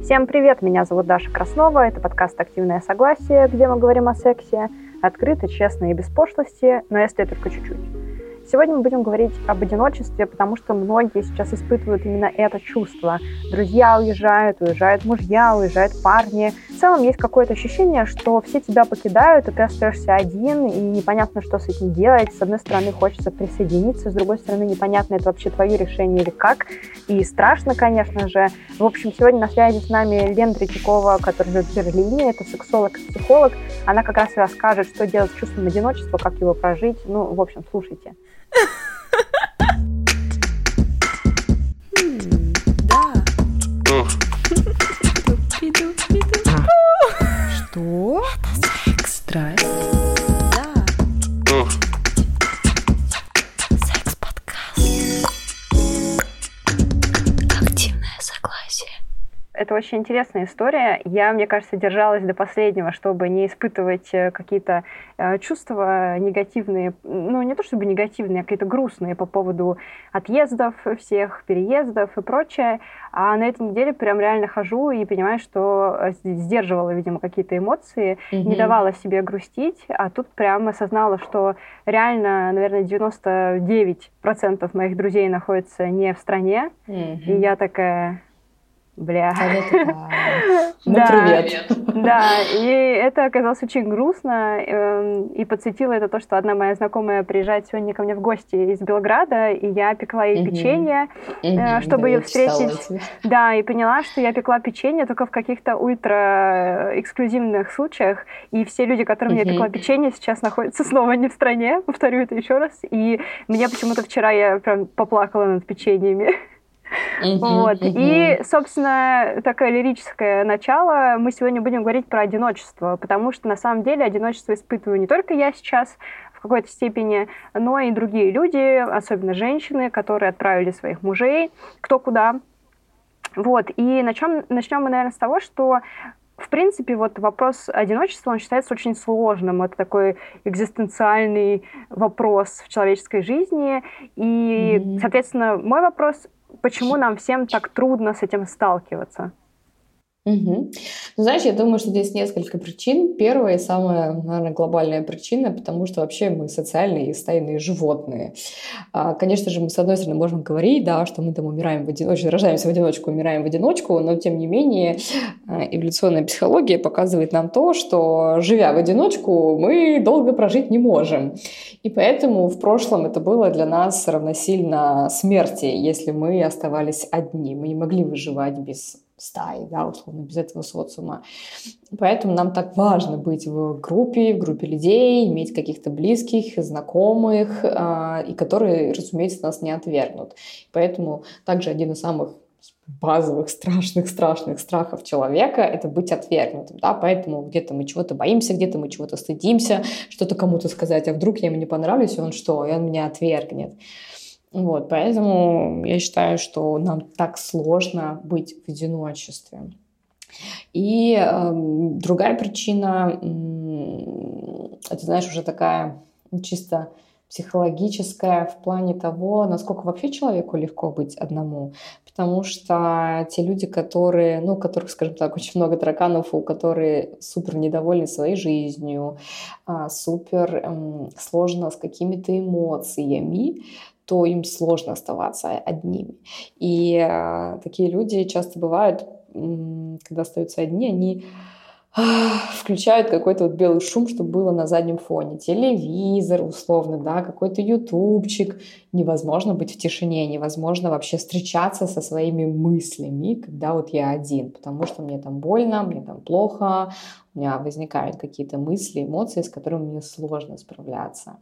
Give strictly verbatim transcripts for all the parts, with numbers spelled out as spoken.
Всем привет, меня зовут Даша Краснова, это подкаст «Активное согласие», где мы говорим о сексе открыто, честно и без пошлости, но если только чуть-чуть. Сегодня мы будем говорить об одиночестве, потому что многие сейчас испытывают именно это чувство. Друзья уезжают, уезжают мужья, уезжают парни. В целом есть какое-то ощущение, что все тебя покидают, и ты остаешься один, и непонятно, что с этим делать. С одной стороны, хочется присоединиться, с другой стороны, непонятно, это вообще твое решение или как. И страшно, конечно же. В общем, сегодня на связи с нами Лена Третьякова, которая живет в Берлине, это сексолог и психолог. Она как раз и расскажет, что делать с чувством одиночества, как его прожить. Ну, в общем, слушайте. Что? Это секс. Страсть. Да. Секс-подкаст. Активное согласие. Это очень интересная история. Я, мне кажется, держалась до последнего, чтобы не испытывать какие-то э, чувства негативные, ну, не то чтобы негативные, а какие-то грустные по поводу отъездов всех, переездов и прочее. А на этой неделе прям реально хожу и понимаю, что сдерживала, видимо, какие-то эмоции, mm-hmm. не давала себе грустить, а тут прям осознала, что реально, наверное, девяносто девять процентов моих друзей находятся не в стране. Mm-hmm. И я такая... Бля. Ну, привет. Да, и это оказалось очень грустно, и подсветило это то, что одна моя знакомая приезжает сегодня ко мне в гости из Белграда, и я пекла ей печенье, чтобы ее встретить. Да, и поняла, что я пекла печенье только в каких-то ультра-эксклюзивных случаях, и все люди, которым я пекла печенье, сейчас находятся снова не в стране, повторю это еще раз, и мне почему-то вчера я прям поплакала над печеньями. Uh-huh, вот. Uh-huh. И, собственно, такое лирическое начало. Мы сегодня будем говорить про одиночество, потому что, на самом деле, одиночество испытываю не только я сейчас в какой-то степени, но и другие люди, особенно женщины, которые отправили своих мужей кто куда. Вот. И начнем, начнем мы, наверное, с того, что в принципе, вот вопрос одиночества, он считается очень сложным. Это такой экзистенциальный вопрос в человеческой жизни. И, mm-hmm. соответственно, мой вопрос... Почему нам всем так трудно с этим сталкиваться? Угу. Ну, знаешь, я думаю, что здесь несколько причин. Первая и самая, наверное, глобальная причина, потому что вообще мы социальные и стайные животные. А, конечно же, мы, с одной стороны, можем говорить, да, что мы там умираем в одиночку, рождаемся в одиночку, умираем в одиночку, но, тем не менее, эволюционная психология показывает нам то, что, живя в одиночку, мы долго прожить не можем. И поэтому в прошлом это было для нас равносильно смерти, если мы оставались одни. Мы не могли выживать без стаи, да, условно, без этого социума. Поэтому нам так важно быть в группе, в группе людей, иметь каких-то близких, знакомых, э, и которые, разумеется, нас не отвергнут. Поэтому также один из самых базовых, страшных, страшных страхов человека — это быть отвергнутым, да, поэтому где-то мы чего-то боимся, где-то мы чего-то стыдимся, что-то кому-то сказать, а вдруг я ему не понравлюсь, и он что, и он меня отвергнет. Вот, поэтому я считаю, что нам так сложно быть в одиночестве. И э, другая причина, э, это, знаешь, уже такая чисто психологическая в плане того, насколько вообще человеку легко быть одному. Потому что те люди, которые, ну, у которых, скажем так, очень много тараканов, у которых супер недовольны своей жизнью, э, супер э, сложно с какими-то эмоциями, то им сложно оставаться одними. И э, такие люди часто бывают, э, когда остаются одни, они э, включают какой-то вот белый шум, чтобы было на заднем фоне. Телевизор, условно, да, какой-то ютубчик. Невозможно быть в тишине, невозможно вообще встречаться со своими мыслями, когда вот я один, потому что мне там больно, мне там плохо, у меня возникают какие-то мысли, эмоции, с которыми мне сложно справляться.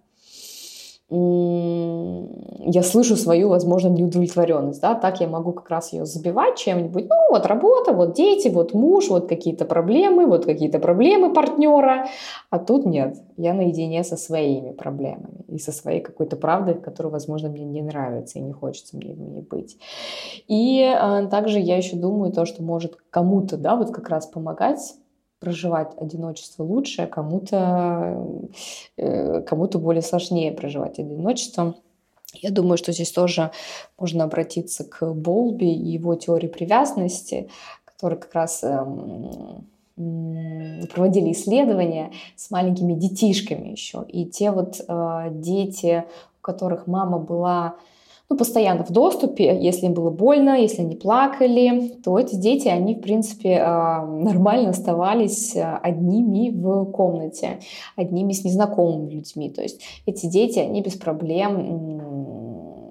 Я слышу свою, возможно, неудовлетворенность, да, так я могу как раз ее забивать чем-нибудь, ну, вот работа, вот дети, вот муж, вот какие-то проблемы, вот какие-то проблемы партнера, а тут нет, я наедине со своими проблемами и со своей какой-то правдой, которая, возможно, мне не нравится и не хочется мне в ней быть. И а, также я еще думаю то, что может кому-то, да, вот как раз помогать проживать одиночество лучше, а кому-то, э, кому-то более сложнее проживать одиночество. Я думаю, что здесь тоже можно обратиться к Болби и его теории привязанности, которые как раз проводили исследования с маленькими детишками еще. И те вот э, дети, у которых мама была ну, постоянно в доступе, если им было больно, если они плакали, то эти дети, они, в принципе, э, нормально оставались одними в комнате, одними с незнакомыми людьми. То есть эти дети, они без проблем...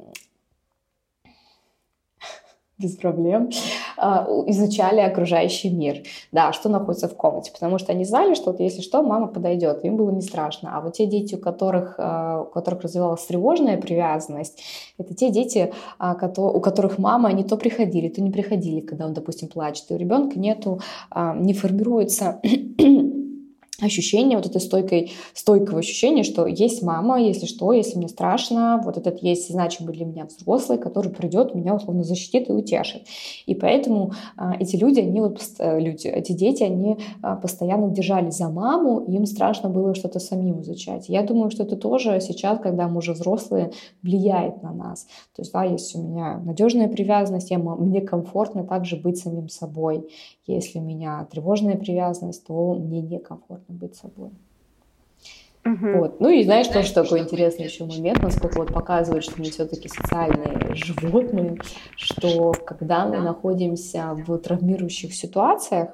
без проблем изучали окружающий мир, да, что находится в комнате, потому что они знали, что вот если что, мама подойдет, им было не страшно. А вот те дети, у которых, у которых развивалась тревожная привязанность, это те дети, у которых мама не то приходили, то не приходили, когда он, допустим, плачет, и у ребенка нету, не формируется ощущение, вот это стойкой, стойкого ощущения, что есть мама, если что, если мне страшно, вот этот есть значимый для меня взрослый, который придет, меня условно защитит и утешит. И поэтому а, эти люди, они вот, люди, эти дети, они а, постоянно держались за маму, и им страшно было что-то самим изучать. Я думаю, что это тоже сейчас, когда мы уже взрослые, влияет на нас. То есть, да, если у меня надежная привязанность, я, мне комфортно также быть самим собой. Если у меня тревожная привязанность, то мне некомфортно быть собой. Uh-huh. Вот. Ну и знаешь, тоже такой интересный еще момент, насколько вот показывает, что мы все-таки социальные животные, что когда мы находимся в травмирующих ситуациях,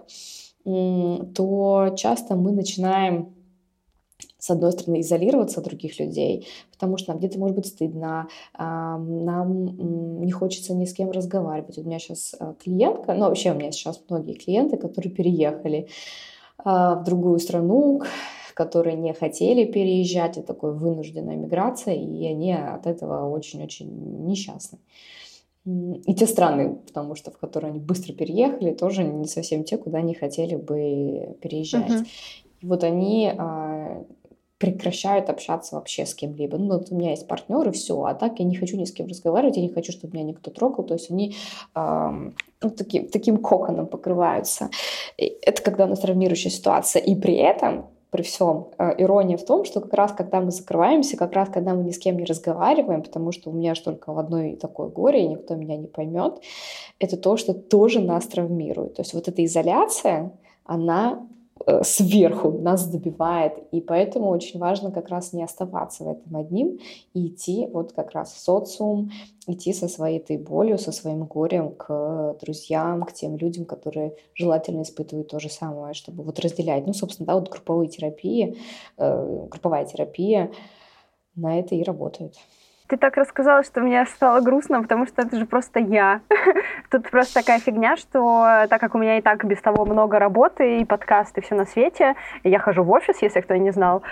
то часто мы начинаем, с одной стороны, изолироваться от других людей, потому что нам где-то может быть стыдно, нам не хочется ни с кем разговаривать. У меня сейчас клиентка, ну вообще у меня сейчас многие клиенты, которые переехали в другую страну, которые не хотели переезжать, это такая вынужденная миграция, и они от этого очень-очень несчастны. И те страны, потому что в которые они быстро переехали, тоже не совсем те, куда они хотели бы переезжать. Uh-huh. И вот они а, прекращают общаться вообще с кем-либо. Ну, вот у меня есть партнер, и все, а так я не хочу ни с кем разговаривать, я не хочу, чтобы меня никто трогал, то есть они а, ну, таким, таким коконом покрываются. И это когда у нас травмирующая ситуация, и при этом при всем э, ирония в том, что как раз когда мы закрываемся, как раз когда мы ни с кем не разговариваем, потому что у меня же только в одной такое горе, и никто меня не поймет, это то, что тоже нас травмирует. То есть вот эта изоляция, она э, сверху нас добивает, и поэтому очень важно как раз не оставаться в этом одним и идти вот как раз в социум, идти со своей этой болью, со своим горем к друзьям, к тем людям, которые желательно испытывают то же самое, чтобы вот разделять. Ну, собственно, да, вот групповые терапии, э, групповая терапия на это и работает. Ты так рассказала, что мне стало грустно, потому что это же просто я. Тут просто такая фигня, что так как у меня и так без того много работы, и подкасты, и все на свете, я хожу в офис, если кто не знал,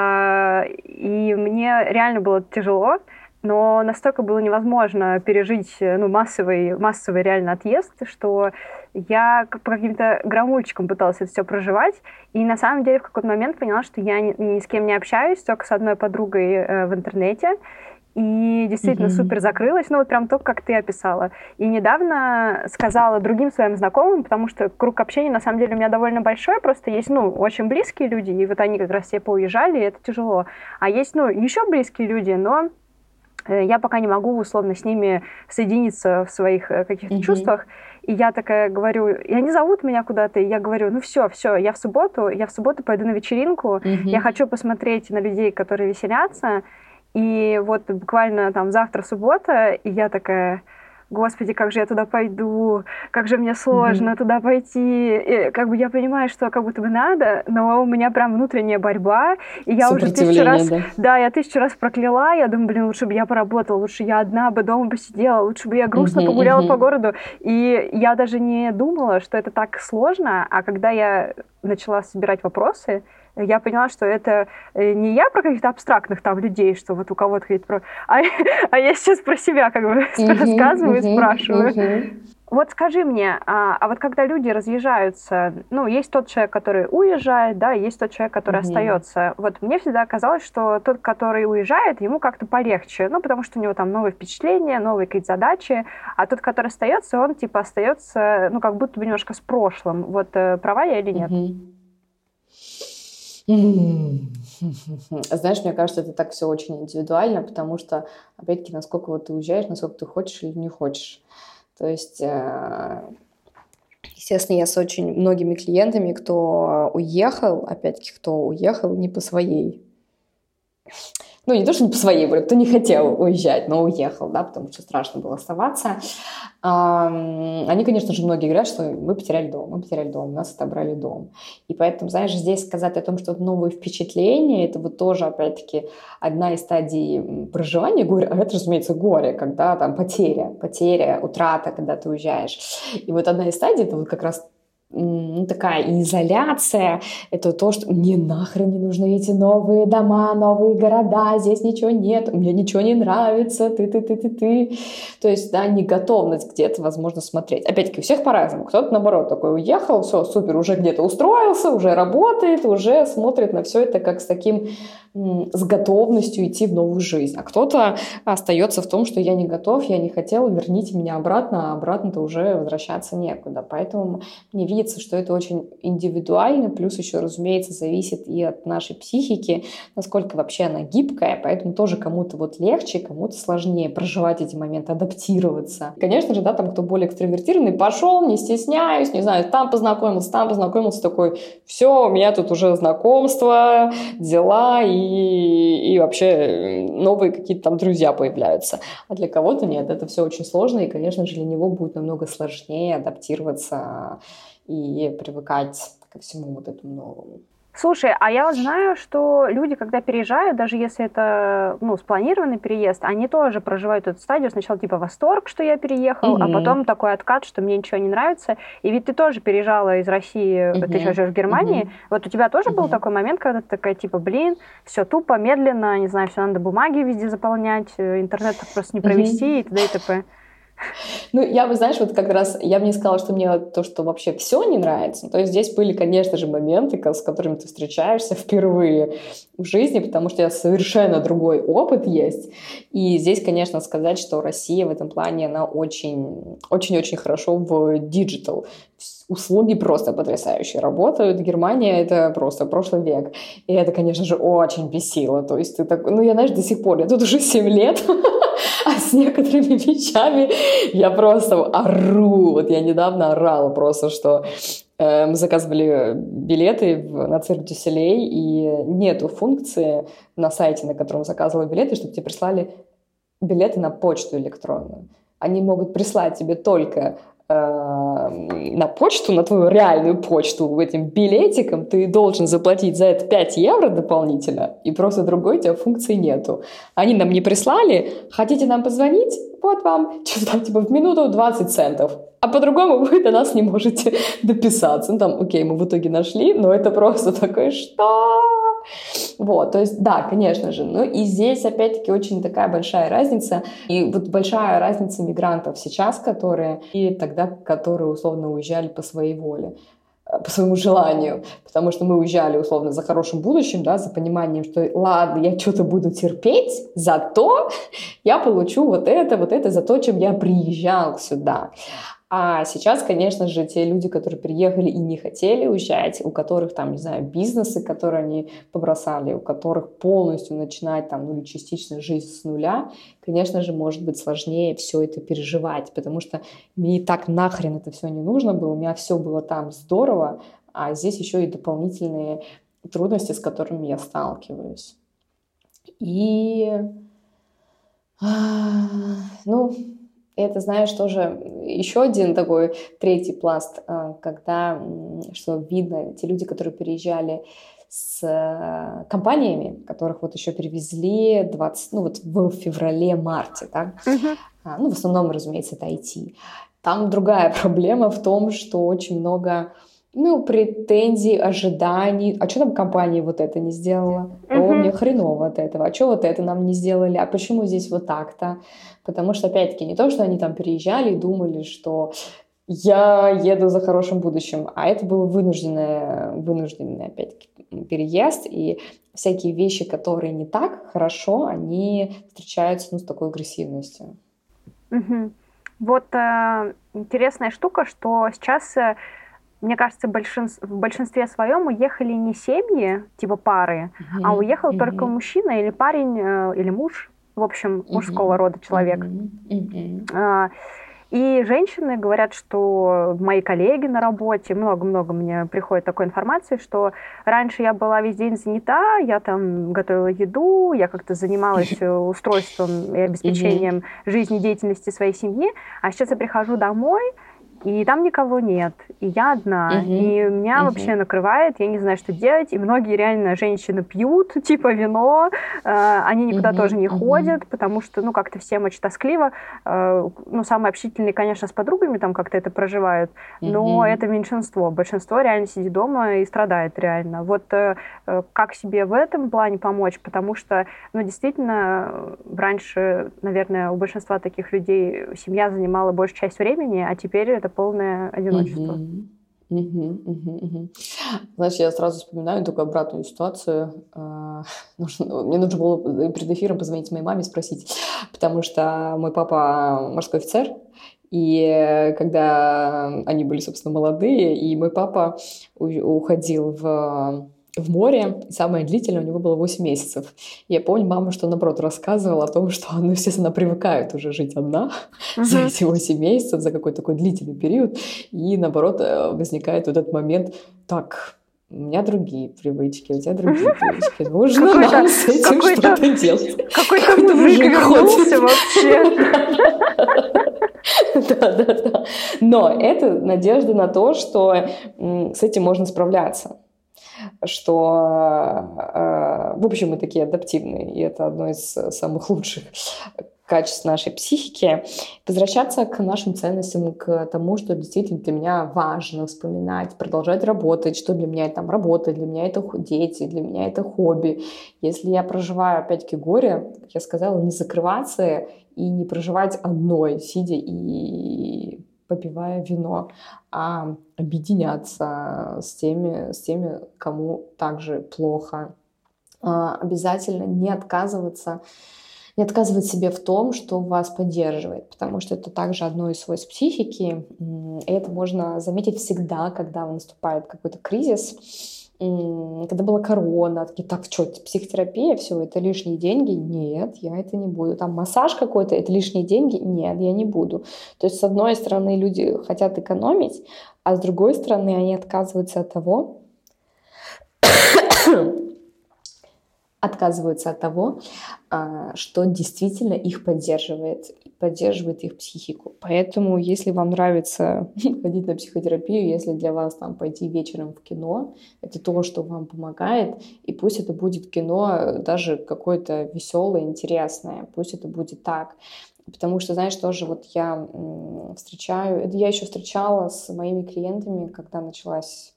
и мне реально было тяжело, но настолько было невозможно пережить ну, массовый, массовый реально отъезд, что я по каким-то граммульчикам пыталась это все проживать, и на самом деле в какой-то момент поняла, что я ни, ни с кем не общаюсь, только с одной подругой э, в интернете, и действительно mm-hmm. супер закрылась, ну вот прям то, как ты описала. И недавно сказала другим своим знакомым, потому что круг общения на самом деле у меня довольно большой, просто есть, ну, очень близкие люди, и вот они как раз все поуезжали, и это тяжело. А есть, ну, еще близкие люди, но я пока не могу условно с ними соединиться в своих каких-то mm-hmm. чувствах. И я такая говорю, и они зовут меня куда-то, и я говорю, ну все, все, я в субботу, я в субботу пойду на вечеринку, mm-hmm. я хочу посмотреть на людей, которые веселятся. И вот буквально там завтра суббота, и я такая, господи, как же я туда пойду, как же мне сложно mm-hmm. туда пойти. И как бы я понимаю, что как будто бы надо, но у меня прям внутренняя борьба, и я уже тысячу раз, да. да, я тысячу раз прокляла, я думаю, блин, лучше бы я поработала, лучше я одна бы дома посидела, лучше бы я грустно mm-hmm, погуляла mm-hmm. по городу. И я даже не думала, что это так сложно, а когда я начала собирать вопросы, я поняла, что это не я про каких-то абстрактных там людей, что вот у кого-то какие-то про... А, а я сейчас про себя как бы uh-huh, рассказываю uh-huh, и спрашиваю. Uh-huh. Вот скажи мне, а, а вот когда люди разъезжаются, ну, есть тот человек, который уезжает, да, есть тот человек, который uh-huh. остается. Вот мне всегда казалось, что тот, который уезжает, ему как-то полегче, ну, потому что у него там новые впечатления, новые какие-то задачи, а тот, который остается, он типа остается, ну, как будто бы немножко с прошлым. Вот права я или нет? Uh-huh. Знаешь, мне кажется, это так все очень индивидуально, потому что, опять-таки, насколько вот ты уезжаешь, насколько ты хочешь или не хочешь. То есть, э, Естественно, я с очень многими клиентами, кто уехал, опять-таки, кто уехал не по своей, ну, не то, что не по своей воле, кто не хотел уезжать, но уехал, да, потому что страшно было оставаться. Они, конечно же, многие говорят, что мы потеряли дом, мы потеряли дом, у нас отобрали дом. И поэтому, знаешь, здесь сказать о том, что это новые впечатления, это вот тоже, опять-таки, одна из стадий проживания горя, а это, разумеется, горе, когда там потеря, потеря, утрата, когда ты уезжаешь. И вот одна из стадий, это вот как раз ну, такая изоляция, это то, что мне нахрен не нужны эти новые дома, новые города, здесь ничего нет, мне ничего не нравится, ты-ты-ты-ты-ты. То есть, да, неготовность где-то, возможно, смотреть. Опять-таки, у всех по-разному. Кто-то, наоборот, такой уехал, все, супер, уже где-то устроился, уже работает, уже смотрит на все это как с таким с готовностью идти в новую жизнь. А кто-то остается в том, что я не готов, я не хотел, верните меня обратно, а обратно-то уже возвращаться некуда. Поэтому мне видится, что это очень индивидуально, плюс еще, разумеется, зависит и от нашей психики, насколько вообще она гибкая, поэтому тоже кому-то вот легче, кому-то сложнее проживать эти моменты, адаптироваться. Конечно же, да, там, кто более экстравертированный, пошел, не стесняюсь, не знаю, там познакомился, там познакомился, такой, все, у меня тут уже знакомства, дела и И, и вообще новые какие-то там друзья появляются. А для кого-то нет, это все очень сложно, и, конечно же, для него будет намного сложнее адаптироваться и привыкать ко всему вот этому новому. Слушай, а я вот знаю, что люди, когда переезжают, даже если это, ну, спланированный переезд, они тоже проживают эту стадию. Сначала типа восторг, что я переехал, mm-hmm. а потом такой откат, что мне ничего не нравится. И ведь ты тоже переезжала из России, mm-hmm. ты сейчас живешь в Германии. Mm-hmm. Вот у тебя тоже mm-hmm. был такой момент, когда ты такая типа, блин, все тупо, медленно, не знаю, все надо бумаги везде заполнять, интернет просто не провести mm-hmm. и т.д. и т.п. Ну, я бы, знаешь, вот как раз, я бы не сказала, что мне то, что вообще все не нравится. То есть здесь были, конечно же, моменты, с которыми ты встречаешься впервые в жизни, потому что у тебя совершенно другой опыт есть. И здесь, конечно, сказать, что Россия в этом плане, она очень, очень-очень хорошо в диджитал. Услуги просто потрясающие работают. Германия — это просто прошлый век. И это, конечно же, очень бесило. То есть ты такой... Ну, я, знаешь, до сих пор... Я тут уже семь лет, а с некоторыми вещами я просто ору. Вот я недавно орала просто, что э, мы заказывали билеты в, на Цирк дю Солей, и нету функции на сайте, на котором заказывала билеты, чтобы тебе прислали билеты на почту электронную. Они могут прислать тебе только на почту, на твою реальную почту этим билетиком, ты должен заплатить за это пять евро дополнительно, и просто другой у тебя функции нету. Они нам не прислали, хотите нам позвонить? Вот вам, что-то там, типа, в минуту двадцать центов. А по-другому вы до нас не можете дописаться. Ну, там, окей, мы в итоге нашли, но это просто такое, что... Вот, то есть, да, конечно же. Ну, и здесь, опять-таки, очень такая большая разница. И вот большая разница мигрантов сейчас, которые... И тогда, которые, условно, уезжали по своей воле, по своему желанию. Потому что мы уезжали, условно, за хорошим будущим, да, за пониманием, что, ладно, я что-то буду терпеть, зато я получу вот это, вот это за то, чем я приезжал сюда. А сейчас, конечно же, те люди, которые приехали и не хотели уезжать, у которых там, не знаю, бизнесы, которые они побросали, у которых полностью начинать там, ну или частично жизнь с нуля, конечно же, может быть сложнее все это переживать, потому что мне и так нахрен это все не нужно было, у меня все было там здорово, а здесь еще и дополнительные трудности, с которыми я сталкиваюсь. И, ну... Это, знаешь, тоже еще один такой третий пласт, когда, что видно, те люди, которые переезжали с компаниями, которых вот еще перевезли двадцать, ну, вот в феврале-марте, да? Uh-huh. Ну, в основном, разумеется, это ай ти. Там другая проблема в том, что очень много... Ну, претензий, ожиданий. А что там компания вот это не сделала? Uh-huh. О, мне хреново от этого. А что вот это нам не сделали? А почему здесь вот так-то? Потому что, опять-таки, не то, что они там переезжали и думали, что я еду за хорошим будущим, а это был вынужденный, вынужденный, опять-таки, переезд, и всякие вещи, которые не так хорошо, они встречаются, ну, с такой агрессивностью. Uh-huh. Вот э, интересная штука, что сейчас... Э, Мне кажется, большинств, в большинстве своем уехали не семьи, типа пары, mm-hmm. а уехал mm-hmm. только мужчина или парень, э, или муж, в общем, mm-hmm. мужского рода человек. Mm-hmm. А, И женщины говорят, что мои коллеги на работе, много-много мне приходит такой информации, что раньше я была весь день занята, я там готовила еду, я как-то занималась устройством и обеспечением жизнедеятельности своей семьи, а сейчас я прихожу домой, и там никого нет, и я одна, uh-huh. и меня uh-huh. вообще накрывает, я не знаю, что делать, и многие реально женщины пьют, типа вино, э, они никуда uh-huh. тоже не uh-huh. ходят, потому что, ну, как-то всем очень тоскливо, э, ну, самые общительные, конечно, с подругами там как-то это проживают, но uh-huh. это меньшинство, большинство реально сидит дома и страдает реально. Вот э, как себе в этом плане помочь, потому что, ну, действительно, раньше, наверное, у большинства таких людей семья занимала большую часть времени, а теперь это полное одиночество. Uh-huh. Uh-huh. Uh-huh. Uh-huh. Знаешь, я сразу вспоминаю такую обратную ситуацию. Нужно, мне нужно было перед эфиром позвонить моей маме и спросить, потому что мой папа морской офицер, и когда они были, собственно, молодые, и мой папа уходил в... в море, и самое длительное у него было восемь месяцев. И я помню маму, что, наоборот, рассказывала о том, что она, естественно, привыкает уже жить одна uh-huh. за эти восемь месяцев, за какой-то такой длительный период, и, наоборот, возникает вот этот момент, так, у меня другие привычки, у тебя другие привычки, нужно нам с этим что-то делать. Какой-то мужик вернулся вообще. Да, да, да. Но это надежда на то, что с этим можно справляться. Что, в общем, мы такие адаптивные, и это одно из самых лучших качеств нашей психики. Возвращаться к нашим ценностям, к тому, что действительно для меня важно вспоминать, продолжать работать, что для меня это там работа, для меня это дети, для меня это хобби. Если я проживаю, опять-таки, горе, как я сказала, не закрываться и не проживать одной, сидя и попивая вино, а объединяться с теми, с теми, кому также плохо. Обязательно не отказываться, не отказывать себе в том, что вас поддерживает, потому что это также одно из свойств психики, и это можно заметить всегда, когда наступает какой-то кризис. Когда была корона, такие, так, что, психотерапия, все, это лишние деньги? Нет, я это не буду. Там массаж какой-то, это лишние деньги? Нет, я не буду. То есть, с одной стороны, люди хотят экономить, а с другой стороны, они отказываются от того, отказываются от того, что действительно их поддерживает, поддерживает их психику. Поэтому, если вам нравится ходить на психотерапию, если для вас там пойти вечером в кино, это то, что вам помогает, и пусть это будет кино даже какое-то веселое, интересное, пусть это будет так. Потому что, знаешь, тоже вот я встречаю, это я еще встречала с моими клиентами, когда началась...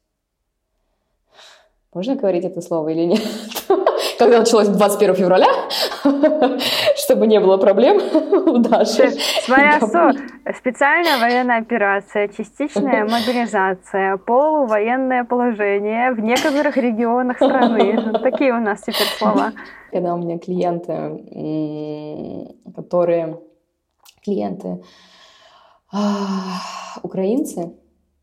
Можно говорить это слово или нет? Когда началось двадцать первого февраля, чтобы не было проблем у Даши. Смотря что, специальная военная операция, частичная мобилизация, полувоенное положение в некоторых регионах страны. Вот такие у нас теперь слова. Когда у меня клиенты, которые клиенты украинцы,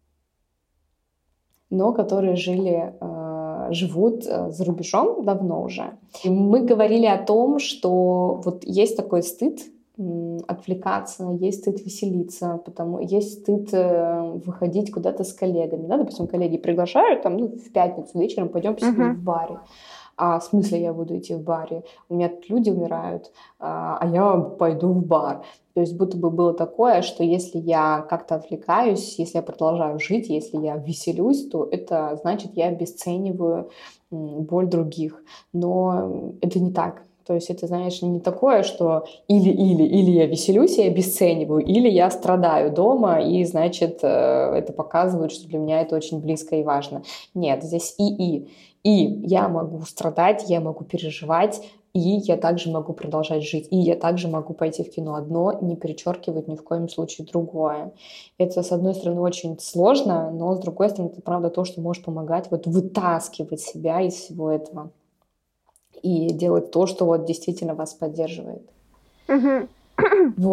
но которые жили... живут за рубежом давно уже. И мы говорили о том, что вот есть такой стыд отвлекаться, есть стыд веселиться, потому есть стыд выходить куда-то с коллегами. Да? Допустим, коллеги приглашают там, ну, в пятницу вечером пойдем посидеть uh-huh. в баре. А в смысле я буду идти в баре? У меня тут люди умирают, а я пойду в бар. То есть будто бы было такое, что если я как-то отвлекаюсь, если я продолжаю жить, если я веселюсь, то это значит, я обесцениваю боль других. Но это не так. То есть это, знаешь, не такое, что или-или, или я веселюсь и обесцениваю, или я страдаю дома, и, значит, это показывает, что для меня это очень близко и важно. Нет, здесь и-и. И я могу страдать, я могу переживать, и я также могу продолжать жить, и я также могу пойти в кино. Одно не перечеркивает ни в коем случае другое. Это, с одной стороны, очень сложно, но, с другой стороны, это, правда, то, что может помогать вот вытаскивать себя из всего этого и делать то, что вот действительно вас поддерживает. Mm-hmm. Вот.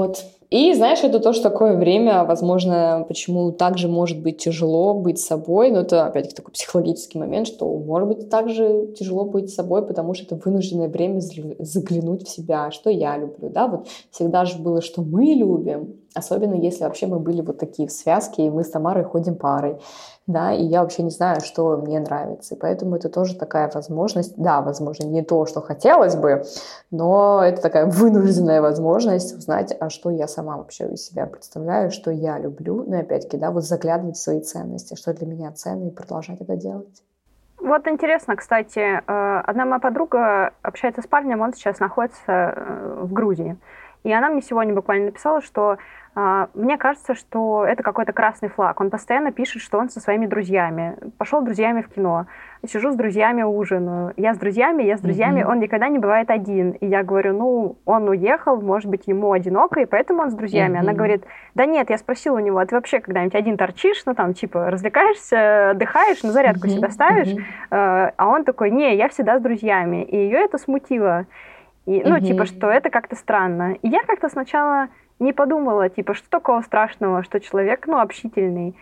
И, знаешь, это тоже такое время, возможно, почему также может быть тяжело быть собой, но это, опять-таки, такой психологический момент, что, может быть, также тяжело быть собой, потому что это вынужденное время заглянуть в себя, что я люблю, да, вот всегда же было, что мы любим, особенно если вообще мы были вот такие в связке, и мы с Тамарой ходим парой, да, и я вообще не знаю, что мне нравится, и поэтому это тоже такая возможность, да, возможно, не то, что хотелось бы, но это такая вынужденная возможность узнать, а что я сама вообще из себя представляю, что я люблю, ну и опять-таки, да, вот заглядывать в свои ценности, что для меня ценно, и продолжать это делать. Вот интересно, кстати, одна моя подруга общается с парнем, он сейчас находится в Грузии, и она мне сегодня буквально написала, что Uh, мне кажется, что это какой-то красный флаг. Он постоянно пишет, что он со своими друзьями. Пошел с друзьями в кино. Сижу с друзьями, ужинаю. Я с друзьями, я с друзьями. Mm-hmm. Он никогда не бывает один. И я говорю, ну, он уехал, может быть, ему одиноко, и поэтому он с друзьями. Mm-hmm. Она говорит, да нет, я спросила у него, а ты вообще когда-нибудь один торчишь, ну, там, типа, развлекаешься, отдыхаешь, на зарядку mm-hmm. себя ставишь? Mm-hmm. Uh, а он такой, не, я всегда с друзьями. И ее это смутило. И, ну, mm-hmm. типа, что это как-то странно. И я как-то сначала не подумала, типа, что такого страшного, что человек, ну, общительный.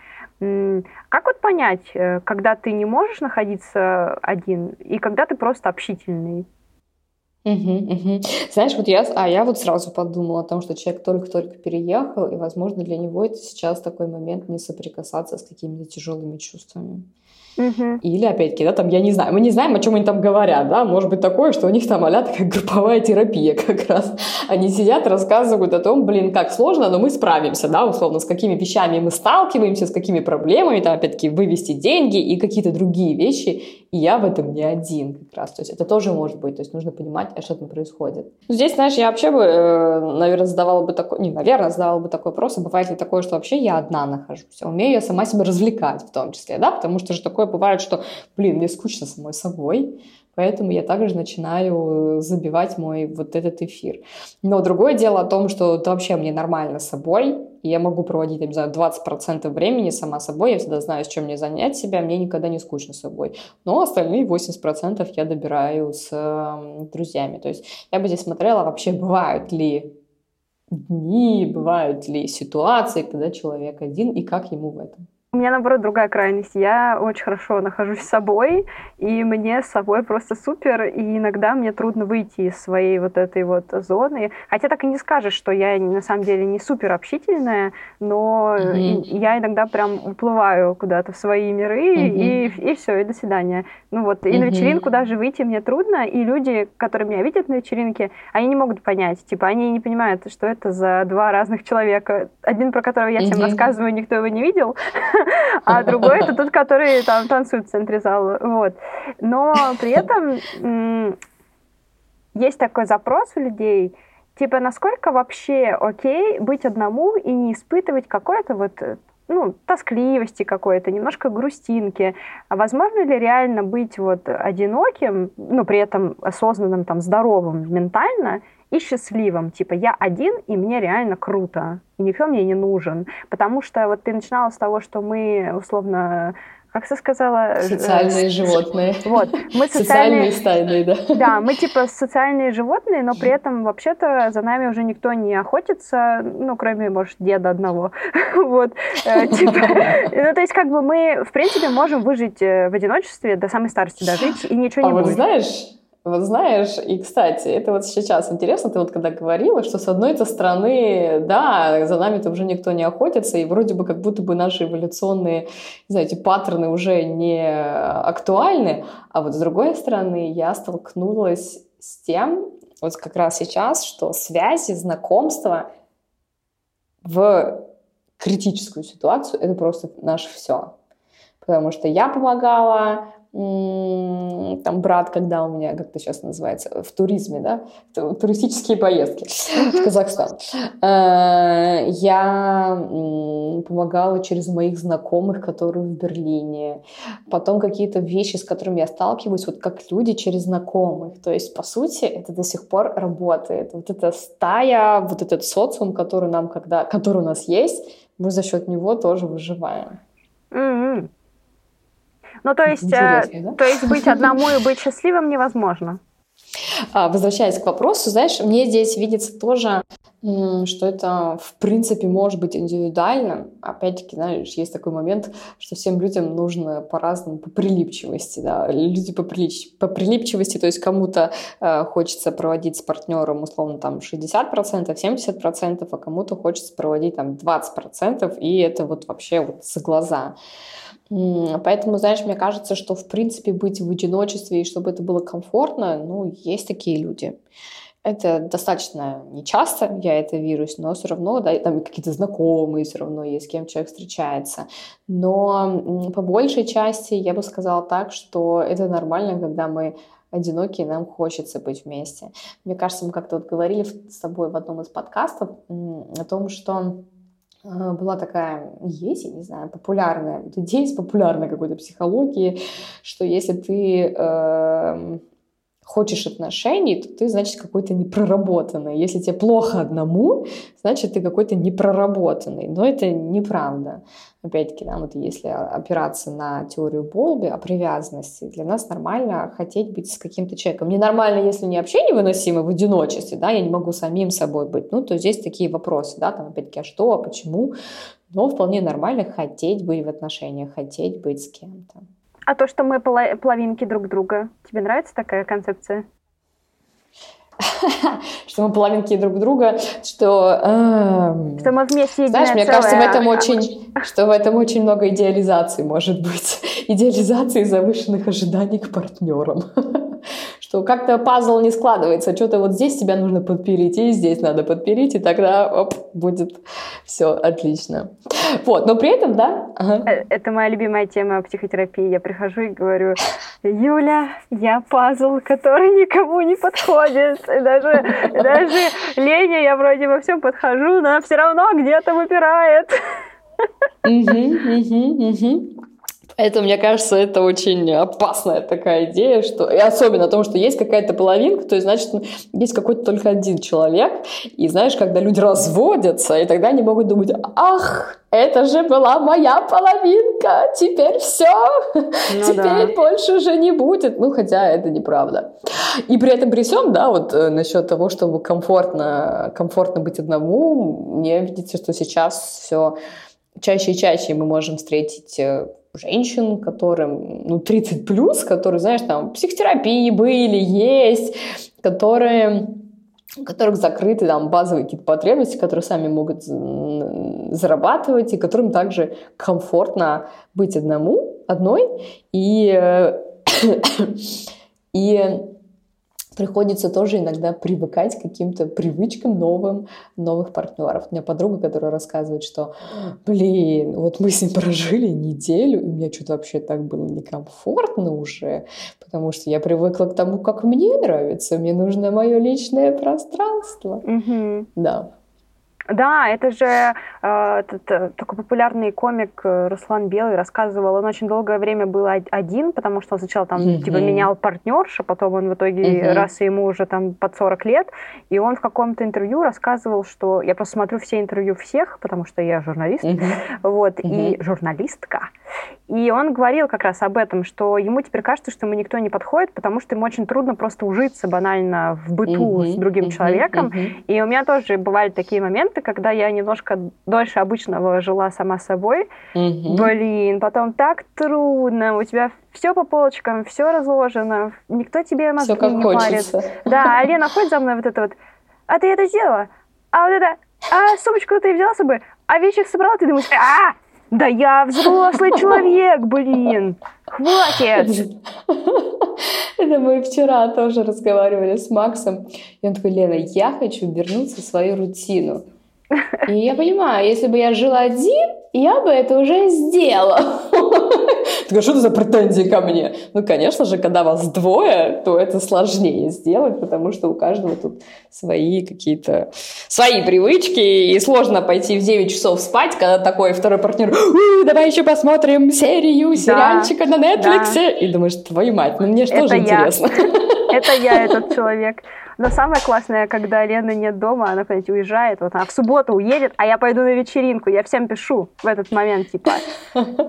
Как вот понять, когда ты не можешь находиться один, и когда ты просто общительный? Угу, угу. Знаешь, вот я, а я вот сразу подумала о том, что человек только-только переехал, и, возможно, для него это сейчас такой момент не соприкасаться с какими-то тяжелыми чувствами. Угу. Или, опять-таки, да, там, я не знаю, мы не знаем, о чем они там говорят, да, может быть такое, что у них там а-ля такая групповая терапия как раз. Они сидят, рассказывают о том, блин, как сложно, но мы справимся, да, условно, с какими вещами мы сталкиваемся, с какими проблемами, там, опять-таки, вывести деньги и какие-то другие вещи, и я в этом не один как раз, то есть это тоже может быть, то есть нужно понимать, а что там происходит. Ну, здесь, знаешь, я вообще бы, наверное, задавала бы такой, не, наверное, задавала бы такой вопрос, а бывает ли такое, что вообще я одна нахожусь, а умею я сама себя развлекать в том числе, да, потому что же такое бывает, что, блин, мне скучно самой собой, поэтому я также начинаю забивать мой вот этот эфир. Но другое дело о том, что это вообще мне нормально с собой, и я могу проводить, не знаю, двадцать процентов времени сама собой, я всегда знаю, с чем мне занять себя, мне никогда не скучно с собой. Но остальные восемьдесят процентов я добираю с э, друзьями. То есть я бы здесь смотрела, вообще бывают ли дни, бывают ли ситуации, когда человек один, и как ему в этом. У меня, наоборот, другая крайность. Я очень хорошо нахожусь с собой, и мне с собой просто супер, и иногда мне трудно выйти из своей вот этой вот зоны. Хотя так и не скажешь, что я на самом деле не супер общительная, но mm-hmm. я иногда прям уплываю куда-то в свои миры, mm-hmm. и, и все, и до свидания. Ну вот, и mm-hmm. на вечеринку даже выйти мне трудно, и люди, которые меня видят на вечеринке, они не могут понять, типа, они не понимают, что это за два разных человека. Один, про которого я mm-hmm. всем рассказываю, никто его не видел, а другой это тот, который там танцует в центре зала. Вот. Но при этом м- есть такой запрос у людей, типа, насколько вообще окей быть одному и не испытывать какой-то вот, ну, тоскливости какой-то, немножко грустинки. А возможно ли реально быть вот одиноким, ну, при этом осознанным, там, здоровым ментально, и счастливым, типа, я один, и мне реально круто, и никто мне не нужен. Потому что вот ты начинала с того, что мы, условно, как ты сказала? Социальные животные. Вот. Мы социальные, социальные стайные, да. Да, мы типа социальные животные, но при этом вообще-то за нами уже никто не охотится, ну, кроме, может, деда одного. Вот. Типа, ну, то есть, как бы мы, в принципе, можем выжить в одиночестве до самой старости дожить, и ничего не будет. А будет. вот знаешь... Вот знаешь, и, кстати, это вот сейчас интересно, ты вот когда говорила, что с одной-то стороны, да, за нами-то уже никто не охотится, и вроде бы как будто бы наши эволюционные, знаете, паттерны уже не актуальны, а вот с другой стороны я столкнулась с тем, вот как раз сейчас, что связи, знакомства в критическую ситуацию — это просто наше все. Потому что я помогала... там брат, когда у меня, как это сейчас называется, в туризме, да, туристические поездки в Казахстан. Я помогала через моих знакомых, которые в Берлине. Потом какие-то вещи, с которыми я сталкиваюсь, вот как люди через знакомых. То есть, по сути, это до сих пор работает. Вот эта стая, вот этот социум, который нам, когда, который у нас есть, мы за счет него тоже выживаем. Mm-hmm. Ну, то есть, э, да? то есть быть одному и быть счастливым невозможно. Возвращаясь к вопросу, знаешь, мне здесь видится тоже Что это, в принципе, может быть индивидуально. Опять-таки, знаешь, есть такой момент, что всем людям нужно по-разному, по прилипчивости. Да? Люди по, прилич... по прилипчивости, то есть кому-то э, хочется проводить с партнером, условно, там шестьдесят процентов, семьдесят процентов, а кому-то хочется проводить там двадцать процентов, и это вот вообще вот за глаза. Поэтому, знаешь, мне кажется, что, в принципе, быть в одиночестве и чтобы это было комфортно, ну, есть такие люди. Это достаточно нечасто, я это вижу, но все равно, да, там какие-то знакомые все равно есть, с кем человек встречается. Но по большей части я бы сказала так, что это нормально, когда мы одинокие, нам хочется быть вместе. Мне кажется, мы как-то вот говорили с тобой в одном из подкастов о том, что была такая, есть, я не знаю, популярная идея из популярной какой-то психологии, что если ты... Э, хочешь отношений, то ты, значит, какой-то непроработанный. Если тебе плохо одному, значит, ты какой-то непроработанный. Но это неправда. Опять-таки, да, вот если опираться на теорию Болби о привязанности, для нас нормально хотеть быть с каким-то человеком. Ненормально, если не вообще невыносимо в одиночестве, да, я не могу самим собой быть. Ну, то здесь такие вопросы, да, там опять-таки, а что, а почему? Но вполне нормально хотеть быть в отношениях, хотеть быть с кем-то. А то, что мы половинки друг друга, тебе нравится такая концепция? Что мы половинки друг друга, что... Что мы вместе единое Знаешь, мне целое. кажется, в этом очень, что в этом очень много идеализации может быть. Идеализации завышенных ожиданий к партнерам. Что как-то пазл не складывается, что-то вот здесь тебя нужно подпилить, и здесь надо подпилить, и тогда оп, будет все отлично. Вот, но при этом, да... Ага. Это моя любимая тема психотерапии. Я прихожу и говорю: Юля, я пазл, который никому не подходит. И даже, даже Лене я вроде во всем подхожу, но все равно где-то выпирает. Угу, угу, угу. Это, мне кажется, это очень опасная такая идея, что... и особенно о том, что есть какая-то половинка, то есть, значит, есть какой-то только один человек, и знаешь, когда люди разводятся, и тогда они могут думать: ах, это же была моя половинка, теперь все, ну, теперь да. Больше уже не будет, ну, хотя это неправда. И при этом, при всем, да, вот насчет того, чтобы комфортно, комфортно быть одному, мне видится, что сейчас все чаще и чаще мы можем встретить женщин, которым, ну, тридцать плюс, которые, знаешь, там, в психотерапии были, есть, которые, у которых закрыты там базовые какие-то потребности, которые сами могут зарабатывать, и которым также комфортно быть одному, одной, и, и приходится тоже иногда привыкать к каким-то привычкам новым, новых партнеров. У меня подруга, которая рассказывает, что, блин, вот мы с ним прожили неделю, и мне что-то вообще так было некомфортно уже, потому что я привыкла к тому, как мне нравится, мне нужно мое личное пространство. Mm-hmm. Да. Да, это же э, этот, такой популярный комик Руслан Белый рассказывал, он очень долгое время был один, потому что он сначала там mm-hmm. типа менял партнершу, потом он в итоге mm-hmm. раз ему уже там под сорок лет, и он в каком-то интервью рассказывал, что я просто смотрю все интервью всех, потому что я журналист, mm-hmm. вот, mm-hmm. и журналистка, и он говорил как раз об этом, что ему теперь кажется, что ему никто не подходит, потому что ему очень трудно просто ужиться банально в быту mm-hmm. с другим mm-hmm. человеком, mm-hmm. и у меня тоже бывали такие моменты, когда я немножко дольше обычного жила сама собой. Mm-hmm. Блин, потом так трудно, у тебя все по полочкам, все разложено, никто тебе мозги не хочется. парит. Да, а Лена ходит за мной вот это вот: а ты это сделала? А вот это, а сумочку ты взяла с собой? А вещи их собрала? Ты думаешь: а, да я взрослый человек, блин, хватит. Это мы вчера тоже разговаривали с Максом, и он такой: Лена, я хочу вернуться в свою рутину. И я понимаю, если бы я жила один, я бы это уже сделала. Так, а что это за претензии ко мне? Ну, конечно же, когда вас двое, то это сложнее сделать, потому что у каждого тут свои какие-то, свои привычки, и сложно пойти в девять часов спать, когда такой второй партнер: давай еще посмотрим серию сериальчика да, на Netflix. Да. И думаешь: твою мать, ну мне же тоже интересно. Это я, этот человек. Но самое классное, когда Лены нет дома, она куда-нибудь уезжает, вот она в субботу уедет, а я пойду на вечеринку, я всем пишу в этот момент, типа: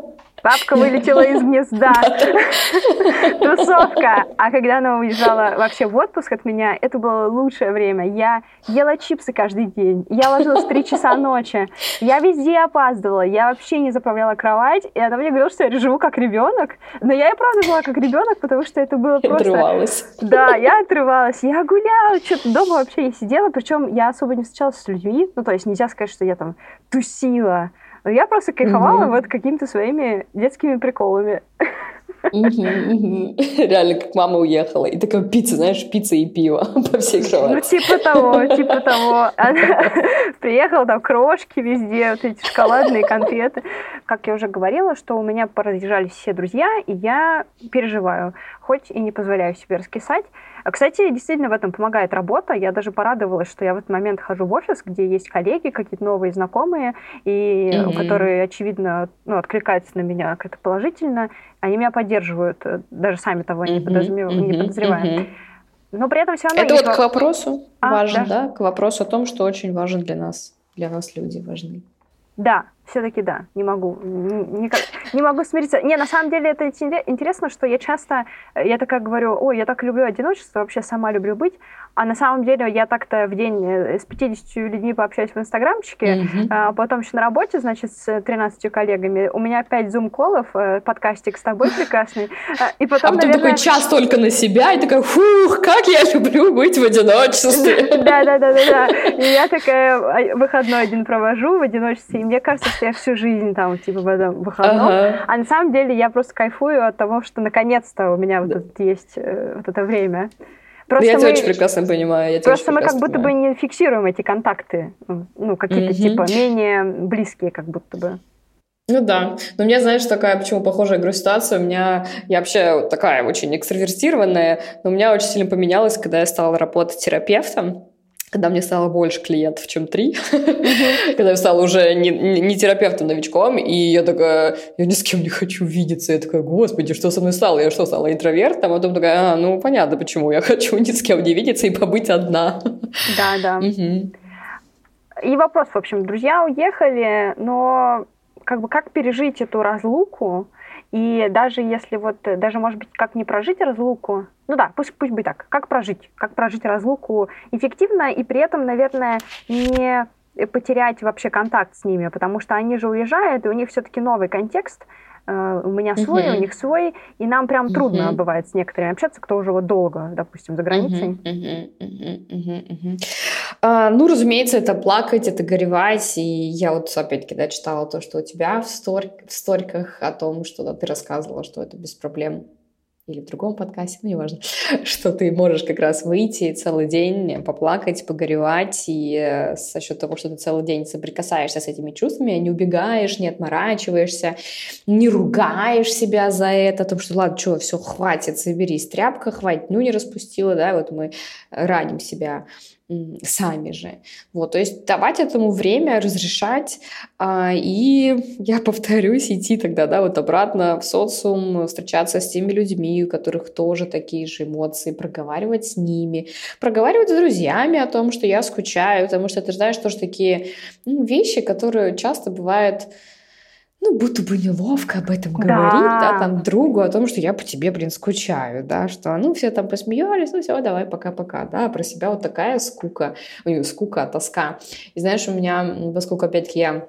Бабка вылетела из гнезда. Тусовка. А когда она уезжала вообще в отпуск от меня, это было лучшее время. Я ела чипсы каждый день. Я ложилась в три часа ночи. Я везде опаздывала. Я вообще не заправляла кровать. И она мне говорила, что я живу как ребенок. Но я и правда была как ребенок, потому что это было просто... Отрывалась. Да, я отрывалась. Я гуляла. Что-то дома вообще не сидела. Причем я особо не встречалась с людьми. Ну, то есть нельзя сказать, что я там тусила. Но я просто кайфовала вот какими-то своими детскими приколами. Реально, как мама уехала. И такая пицца, знаешь, пицца и пиво по всей кровати. Ну, типа того, типа того. Она приехала, там крошки везде, вот эти шоколадные конфеты. Как я уже говорила, что у меня поразъезжались все друзья, и я переживаю, хоть и не позволяю себе раскисать. Кстати, действительно в этом помогает работа. Я даже порадовалась, что я в этот момент хожу в офис, где есть коллеги, какие-то новые знакомые, и mm-hmm. которые, очевидно, ну, откликаются на меня как-то положительно. Они меня поддерживают, даже сами того mm-hmm. не, подозрев... mm-hmm. не подозревая. Mm-hmm. Но при этом все равно... Это вот к вопросу а, важно, да? да? К вопросу о том, что очень важен для нас. Для нас люди важны. Да, все-таки да, не могу, никак, не могу смириться. Не, на самом деле это интересно, что я часто, я такая говорю, ой, я так люблю одиночество, вообще сама люблю быть, а на самом деле я так-то в день с пятьюдесятью людьми пообщаюсь в инстаграмчике, mm-hmm. а потом еще на работе, значит, с тринадцатью коллегами, у меня пять зум-коллов, подкастик с тобой прекрасный, и потом, а потом наверное... такой час только на себя, и такая, фух, как я люблю быть в одиночестве. Да-да-да-да, и я такая выходной один провожу в одиночестве, и мне кажется, что я всю жизнь там, типа, в этом выходном. Ага. А на самом деле я просто кайфую от того, что наконец-то у меня да. вот это есть э, вот это время. Просто я мы... тебя очень прекрасно понимаю. Я просто мы как понимаю. будто бы не фиксируем эти контакты. Ну, какие-то mm-hmm. типа менее близкие как будто бы. Ну да, но у меня, знаешь, такая, почему похожая ситуация, у меня, я вообще такая очень экстравертированная, но у меня очень сильно поменялось, когда я стала работать терапевтом. Когда мне стало больше клиентов, чем три, mm-hmm. когда я стала уже не, не терапевтом-новичком, и я такая, я ни с кем не хочу видеться, я такая, господи, что со мной стало? Я что, стала интровертом? А потом такая, а, ну, понятно, почему я хочу ни с кем не видеться и побыть одна. Да, да. Mm-hmm. И вопрос, в общем, друзья уехали, но как бы как пережить эту разлуку? И даже если вот, даже, может быть, как не прожить разлуку, ну да, пусть, пусть будет так, как прожить, как прожить разлуку эффективно и при этом, наверное, не потерять вообще контакт с ними, потому что они же уезжают, и у них все-таки новый контекст, у меня свой, uh-huh. у них свой, и нам прям uh-huh. трудно бывает с некоторыми общаться, кто уже вот долго, допустим, за границей. Uh-huh. Uh-huh. Uh-huh. Uh-huh. Uh, ну, разумеется, это плакать, это горевать, и я вот опять-таки да, читала то, что у тебя в, стор... в сториках о том, что да, ты рассказывала, что это без проблем, или в другом подкасте, ну, неважно, что ты можешь как раз выйти целый день, поплакать, погоревать, и э, со счет того, что ты целый день соприкасаешься с этими чувствами, не убегаешь, не отморачиваешься, не ругаешь себя за это, о том, что ладно, что, все, хватит, соберись, тряпка, хватит, ну, не распустила, да, вот мы раним себя сами же. Вот, то есть давать этому время, разрешать, а, и я повторюсь, идти тогда, да, вот обратно в социум, встречаться с теми людьми, у которых тоже такие же эмоции, проговаривать с ними, проговаривать с друзьями о том, что я скучаю, потому что ты знаешь, тоже такие ну, вещи, которые часто бывают ну, будто бы неловко об этом говорить, да. да, там, другу, о том, что я по тебе, блин, скучаю, да, что, ну, все там посмеялись, ну, все, давай, пока-пока, да, про себя вот такая скука, ой, скука, тоска. И знаешь, у меня, поскольку, опять-таки, я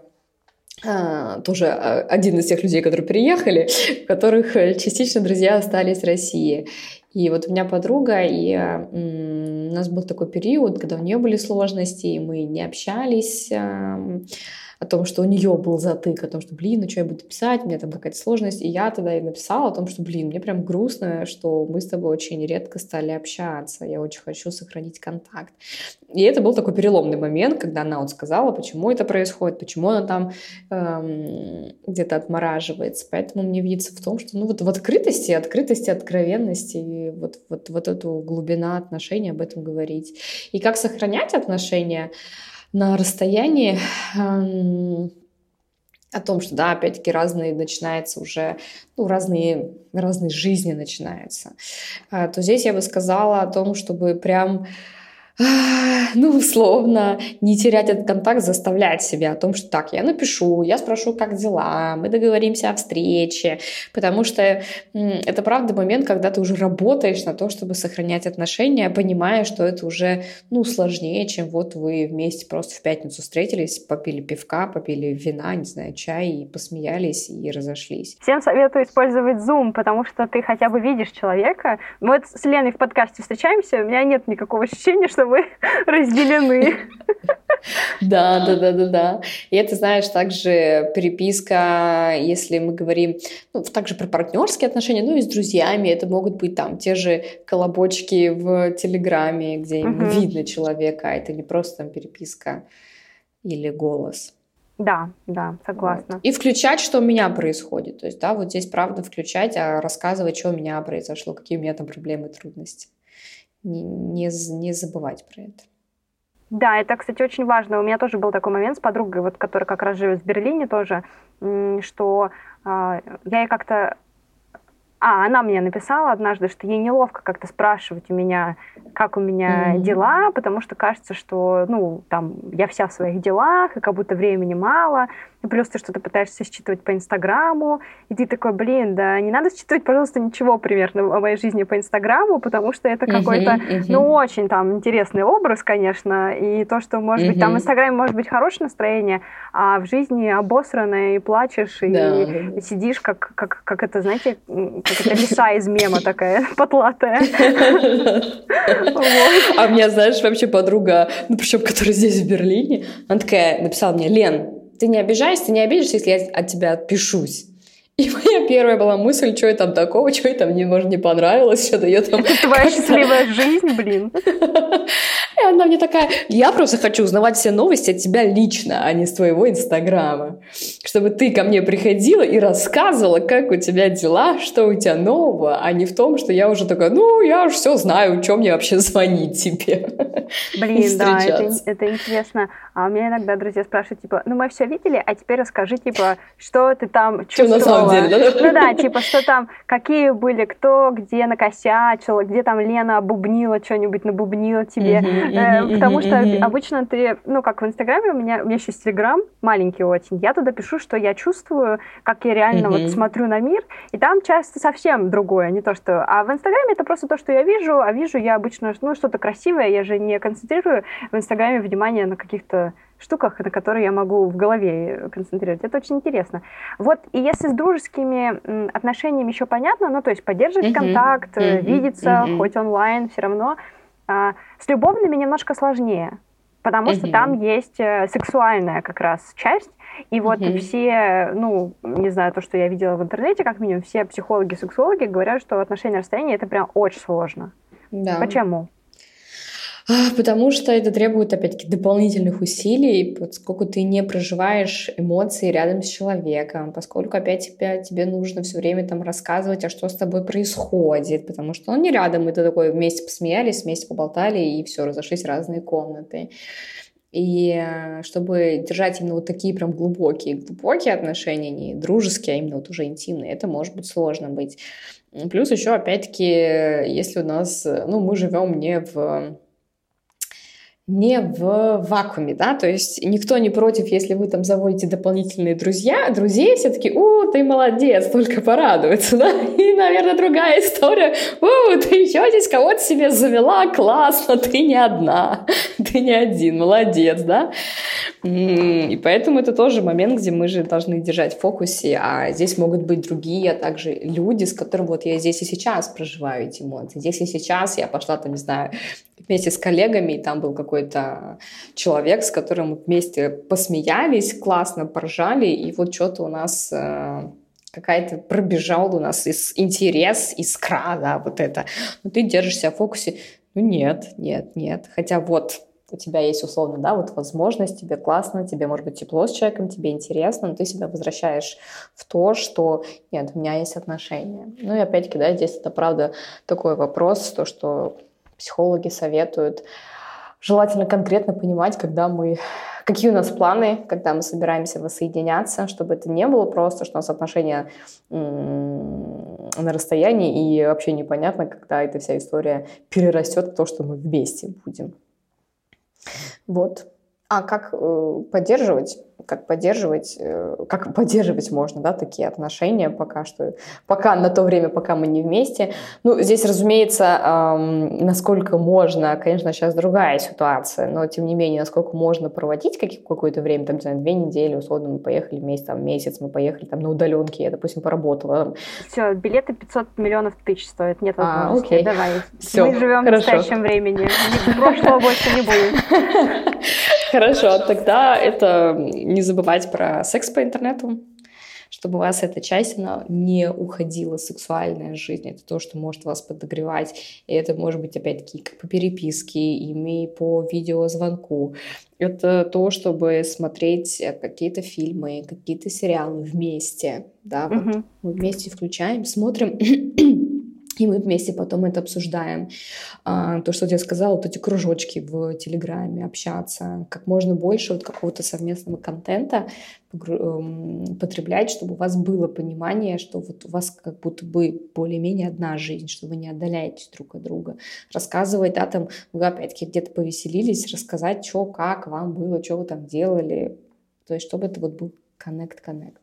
а, тоже один из тех людей, которые приехали, у которых частично друзья остались в России. И вот у меня подруга, и м- у нас был такой период, когда у нее были сложности, и мы не общались, а- о том, что у нее был затык, о том, что, блин, ну что я буду писать, у меня там какая-то сложность. И я тогда ей написала о том, что, блин, мне прям грустно, что мы с тобой очень редко стали общаться, я очень хочу сохранить контакт. И это был такой переломный момент, когда она вот сказала, почему это происходит, почему она там эм, где-то отмораживается. Поэтому мне видится в том, что ну вот в открытости, открытости, откровенности, и вот, вот, вот эту глубина отношений, об этом говорить. И как сохранять отношения на расстоянии, эм, о том, что, да, опять-таки, разные начинаются уже, ну, разные, разные жизни начинаются, э, то здесь я бы сказала о том, чтобы прям Ну, условно, не терять этот контакт, заставлять себя о том, что так, я напишу, я спрошу, как дела, мы договоримся о встрече, потому что это, правда, момент, когда ты уже работаешь на то, чтобы сохранять отношения, понимая, что это уже, ну, сложнее, чем вот вы вместе просто в пятницу встретились, попили пивка, попили вина, не знаю, чай, и посмеялись и разошлись. Всем советую использовать Zoom, потому что ты хотя бы видишь человека. Мы вот с Леной в подкасте встречаемся, у меня нет никакого ощущения, что вы разделены. Да, да, да, да, да. И это, знаешь, также переписка, если мы говорим, ну, также про партнерские отношения, ну и с друзьями, это могут быть там те же колобочки в Телеграме, где uh-huh. видно человека, а это не просто там переписка или голос. Да, да, согласна. Вот. И включать, что у меня происходит. То есть, да, вот здесь правда включать, а рассказывать, что у меня произошло, какие у меня там проблемы, трудности. Не, не, не забывать про это. Да, это, кстати, очень важно. У меня тоже был такой момент с подругой, вот, которая как раз живет в Берлине тоже, что э, я ей как-то... А, она мне написала однажды, что ей неловко как-то спрашивать у меня, как у меня mm-hmm. дела, потому что кажется, что, ну, там, я вся в своих делах, и как будто времени мало, и плюс ты что-то пытаешься считывать по Инстаграму, и ты такой, блин, да не надо считывать, пожалуйста, ничего примерно о моей жизни по Инстаграму, потому что это mm-hmm. какой-то, mm-hmm. ну, очень там интересный образ, конечно, и то, что, может mm-hmm. быть, там в Инстаграме может быть хорошее настроение, а в жизни обосранное, и плачешь, и, yeah. и сидишь, как, как, как это, знаете, как это лиса из мема такая, потлатая. А у меня, знаешь, вообще подруга, ну, причем, которая здесь, в Берлине, она такая написала мне: Лен, ты не обижаешься, ты не обидишься, если я от тебя отпишусь? И моя первая была мысль, что там такого, что ей там, мне, может, не понравилось, что-то ее там... Это твоя счастливая жизнь, блин. И она мне такая: я просто хочу узнавать все новости от тебя лично, а не с твоего Инстаграма. Чтобы ты ко мне приходила и рассказывала, как у тебя дела, что у тебя нового, а не в том, что я уже такая: ну, я уже все знаю, что мне вообще звонить тебе. Блин, да, это, это интересно. А у меня иногда друзья спрашивают, типа, ну, мы все видели, а теперь расскажи, типа, что ты там чувствовала. Что на самом деле, да? Ну да, типа, что там, какие были, кто где накосячил, где там Лена бубнила что-нибудь, набубнила тебе. Uh-huh, uh-huh, э, потому uh-huh, что uh-huh. обычно ты, ну, как в Инстаграме, у меня, у меня еще есть Телеграм, маленький очень, я туда пишу, что я чувствую, как я реально uh-huh. вот смотрю на мир, и там часто совсем другое, не то, что... А в Инстаграме это просто то, что я вижу, а вижу я обычно, ну, что-то красивое, я же не концентрирую в Инстаграме внимание на каких-то штуках, на которые я могу в голове концентрировать. Это очень интересно. Вот, и если с дружескими отношениями еще понятно, ну, то есть поддерживать uh-huh, контакт, uh-huh, видеться, uh-huh. хоть онлайн, все равно. А, с любовными немножко сложнее, потому uh-huh. что там есть сексуальная как раз часть, и вот uh-huh. все, ну, не знаю, то, что я видела в интернете, как минимум, все психологи-сексологи говорят, что отношения на расстоянии это прям очень сложно. Да. Почему? Потому что это требует, опять-таки, дополнительных усилий, поскольку ты не проживаешь эмоции рядом с человеком, поскольку, опять тебе, тебе нужно все время там рассказывать, а что с тобой происходит, потому что он не рядом, и ты такой вместе посмеялись, вместе поболтали, и все, разошлись в разные комнаты. И чтобы держать именно вот такие прям глубокие, глубокие отношения, не дружеские, а именно вот уже интимные, это может быть сложно быть. Плюс еще, опять-таки, если у нас, ну, мы живем не в... не в вакууме, да, то есть никто не против, если вы там заводите дополнительные друзья, друзей, все таки: о, ты молодец, только порадуется, да, и, наверное, другая история: о, ты еще здесь кого-то себе завела, классно, ты не одна, ты не один, молодец, да, и поэтому это тоже момент, где мы же должны держать в фокусе, а здесь могут быть другие, а также люди, с которыми вот я здесь и сейчас проживаю эти эмоции, здесь и сейчас я пошла там, не знаю, вместе с коллегами, и там был какой-то человек, с которым мы вместе посмеялись, классно поржали, и вот что-то у нас э, какая-то пробежал у нас из, интерес, искра, да, вот это. Но ты держишься в фокусе. Ну нет, нет, нет. Хотя вот у тебя есть условно, да, вот возможность, тебе классно, тебе может быть тепло с человеком, тебе интересно, но ты себя возвращаешь в то, что нет, у меня есть отношения. Ну и опять-таки, да, здесь это правда такой вопрос, то, что психологи советуют желательно конкретно понимать, когда мы, какие у нас планы, когда мы собираемся воссоединяться, чтобы это не было просто, что у нас отношения м- на расстоянии, и вообще непонятно, когда эта вся история перерастет в то, что мы вместе будем. Вот. А как э, поддерживать? Как поддерживать, э, как поддерживать можно, да, такие отношения пока что, пока на то время, пока мы не вместе. Ну, здесь, разумеется, эм, насколько можно, конечно, сейчас другая ситуация, но, тем не менее, насколько можно проводить какие- какое-то время, там, не знаю, две недели, условно, мы поехали вместе, там, месяц, мы поехали там на удаленке, я, допустим, поработала. Все, билеты пятьсот миллионов тысяч стоят, нет А, возможности. окей. Давай. Всё, Мы живем в хорошо. настоящем времени. Прошлого больше не будет. Хорошо, тогда это не забывать про секс по интернету, чтобы у вас эта часть, она не уходила, сексуальная жизнь. Это то, что может вас подогревать. И это может быть, опять-таки, как по переписке, и по видеозвонку. Это то, чтобы смотреть какие-то фильмы, какие-то сериалы вместе. Да, вот Мгм. мы вместе включаем, смотрим, и мы вместе потом это обсуждаем. А, то, что я сказала, вот эти кружочки в Телеграме, общаться, как можно больше вот какого-то совместного контента погру- эм, потреблять, чтобы у вас было понимание, что вот у вас как будто бы более-менее одна жизнь, что вы не отдаляетесь друг от друга. Рассказывать, да, там, вы опять-таки где-то повеселились, рассказать, что, как вам было, что вы там делали. То есть, чтобы это вот был коннект-коннект.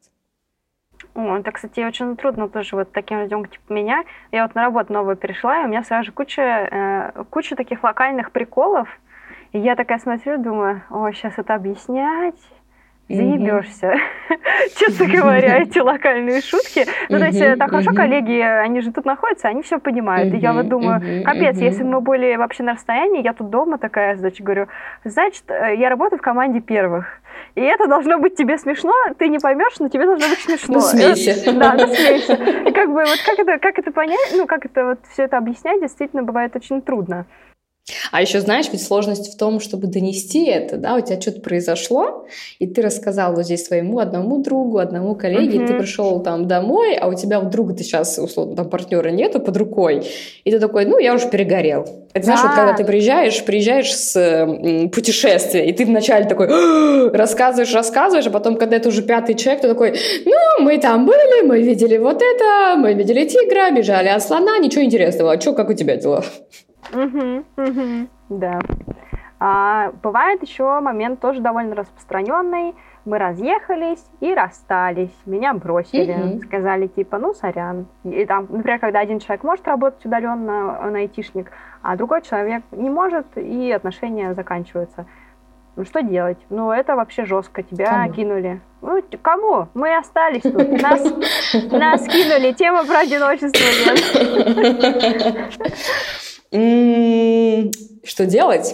О, это, кстати, очень трудно тоже вот таким людям, типа меня. Я вот на работу новую перешла, и у меня сразу же куча, э, куча таких локальных приколов. И я такая смотрю, думаю, о, сейчас это объяснять, заебешься. Честно говоря, эти локальные шутки. Ну, то есть, так хорошо, коллеги, они же тут находятся, они все понимают. И я вот думаю, капец, если мы были вообще на расстоянии, я тут дома такая, значит, говорю, значит, я работаю в команде первых. И это должно быть тебе смешно, ты не поймешь, но тебе должно быть смешно. Ну, смейся. Да, ну, смейся. И как бы вот как это, как это понять, ну, как это вот все это объяснять, действительно бывает очень трудно. А еще, знаешь, ведь сложность в том, чтобы донести это, да, у тебя что-то произошло, и ты рассказал вот здесь своему одному другу, одному коллеге, Мгм. и ты пришел там домой, а у тебя у друга ты сейчас, условно, там партнера нету под рукой, и ты такой, ну, я уже перегорел. Это знаешь, вот Да. когда ты приезжаешь, приезжаешь с м, путешествия, и ты вначале такой «Ах!» рассказываешь, рассказываешь, а потом, когда это уже пятый человек, ты такой, ну, мы там были, мы видели вот это, мы видели тигра, бежали от слона, ничего интересного, а что, как у тебя дела? Мгм, мгм, да. А, бывает еще момент тоже довольно распространенный. Мы разъехались и расстались. Меня бросили. Мгм. Сказали типа, ну, сорян. И там, например, когда один человек может работать удаленно, он айтишник, а другой человек не может, и отношения заканчиваются. Ну, что делать? Ну, это вообще жестко. Тебя Кому? кинули. Ну, т- кому? Мы остались тут. Нас, нас кинули. Тема про одиночество. Нет. М, Что делать?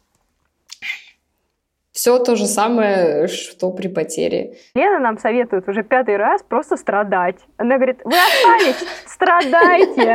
Все то же самое, что при потере. Лена нам советует уже пятый раз просто страдать. Она говорит, вы остались, страдайте.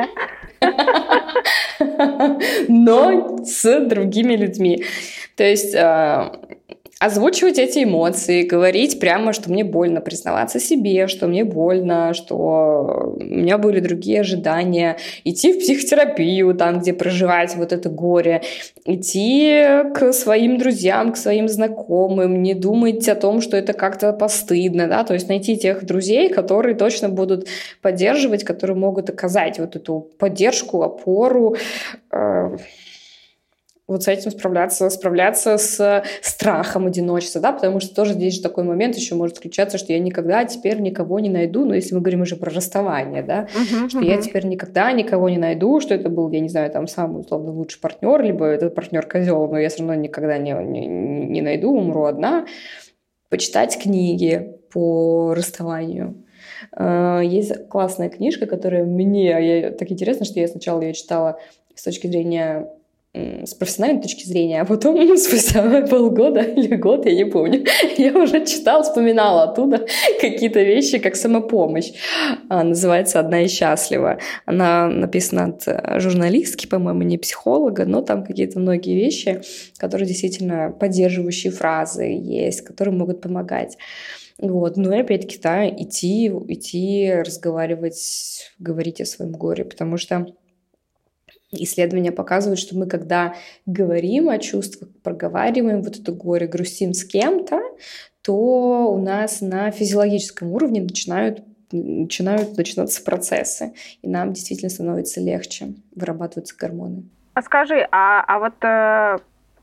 Но с другими людьми. То есть э, озвучивать эти эмоции, говорить прямо, что мне больно, признаваться себе, что мне больно, что у меня были другие ожидания, идти в психотерапию, там, где проживать вот это горе, идти к своим друзьям, к своим знакомым, не думать о том, что это как-то постыдно, да, то есть найти тех друзей, которые точно будут поддерживать, которые могут оказать вот эту поддержку, опору, э, вот с этим справляться, справляться с страхом одиночества, да, потому что тоже здесь же такой момент еще может включаться, что я никогда теперь никого не найду, но если мы говорим уже про расставание, да, Мгм, что я мгм. теперь никогда никого не найду, что это был, я не знаю, там самый условно лучший партнер, либо этот партнер козел, но я все равно никогда не, не, не найду, умру одна. Почитать книги по расставанию. Э, Есть классная книжка, которая мне, я, так интересно, что я сначала ее читала с точки зрения м, с профессиональной точки зрения, а потом спустя полгода или год, я не помню, я уже читала, вспоминала оттуда какие-то вещи, как самопомощь. А, называется «Одна и счастлива». Она написана от э, журналистки, по-моему, не психолога, но там какие-то многие вещи, которые действительно поддерживающие фразы есть, которые могут помогать. Вот. Ну и опять-таки, да, идти, идти, разговаривать, говорить о своем горе, потому что исследования показывают, что мы, когда говорим о чувствах, проговариваем вот это горе, грустим с кем-то, то у нас на физиологическом уровне начинают, начинают начинаться процессы, и нам действительно становится легче, вырабатываются гормоны. А скажи, а, а вот э,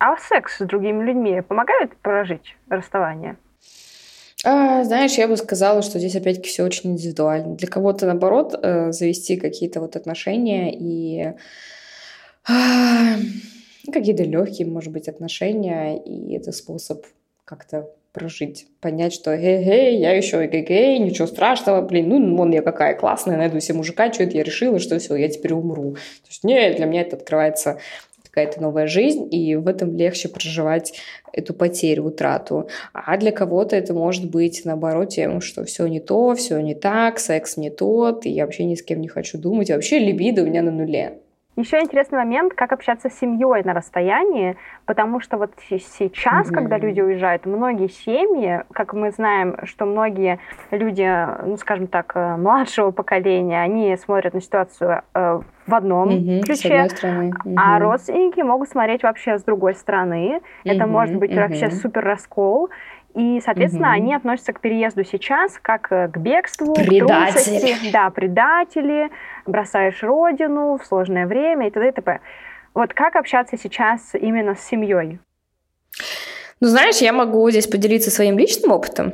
А секс с другими людьми помогает прожить расставание? А, знаешь, я бы сказала, что здесь опять-таки все очень индивидуально. Для кого-то, наоборот, э, завести какие-то вот отношения и а, какие-то легкие, может быть, отношения, и это способ как-то прожить, понять, что эй-эй, я еще эгегей, ничего страшного, блин, ну, вон я какая классная, найду себе мужика, что это я решила, что все, я теперь умру. То есть нет, для меня это открывается какая-то новая жизнь, и в этом легче проживать эту потерю, утрату. А для кого-то это может быть наоборот тем, что все не то, все не так, секс не тот, и я вообще ни с кем не хочу думать, и вообще либидо у меня на нуле. Еще интересный момент, как общаться с семьей на расстоянии, потому что вот сейчас, mm-hmm. когда люди уезжают, многие семьи, как мы знаем, что многие люди, ну, скажем так, младшего поколения, они смотрят на ситуацию э, в одном mm-hmm. ключе, mm-hmm. а родственники могут смотреть вообще с другой стороны. Mm-hmm. Это может быть mm-hmm. вообще супер раскол. И, соответственно, угу. они относятся к переезду сейчас как к бегству, предатели. К трусости. Да, предатели, бросаешь родину в сложное время и т.д. и т.п. Вот как общаться сейчас именно с семьей? Ну, знаешь, я могу здесь поделиться своим личным опытом.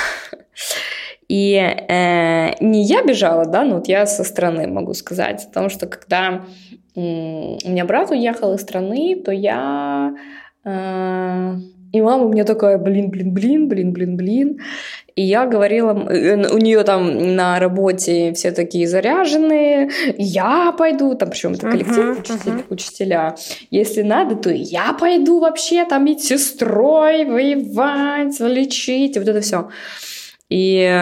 И э, не я бежала, да, но вот я со стороны могу сказать о том, что когда э, у меня брат уехал из страны, то я... Э, И мама у меня такая, блин, блин, блин, блин, блин, блин. И я говорила, у нее там на работе все такие заряженные, я пойду, там причем это коллектив, uh-huh, учитель, uh-huh. учителя. Если надо, то я пойду вообще там медсестрой воевать, лечить, вот это все. И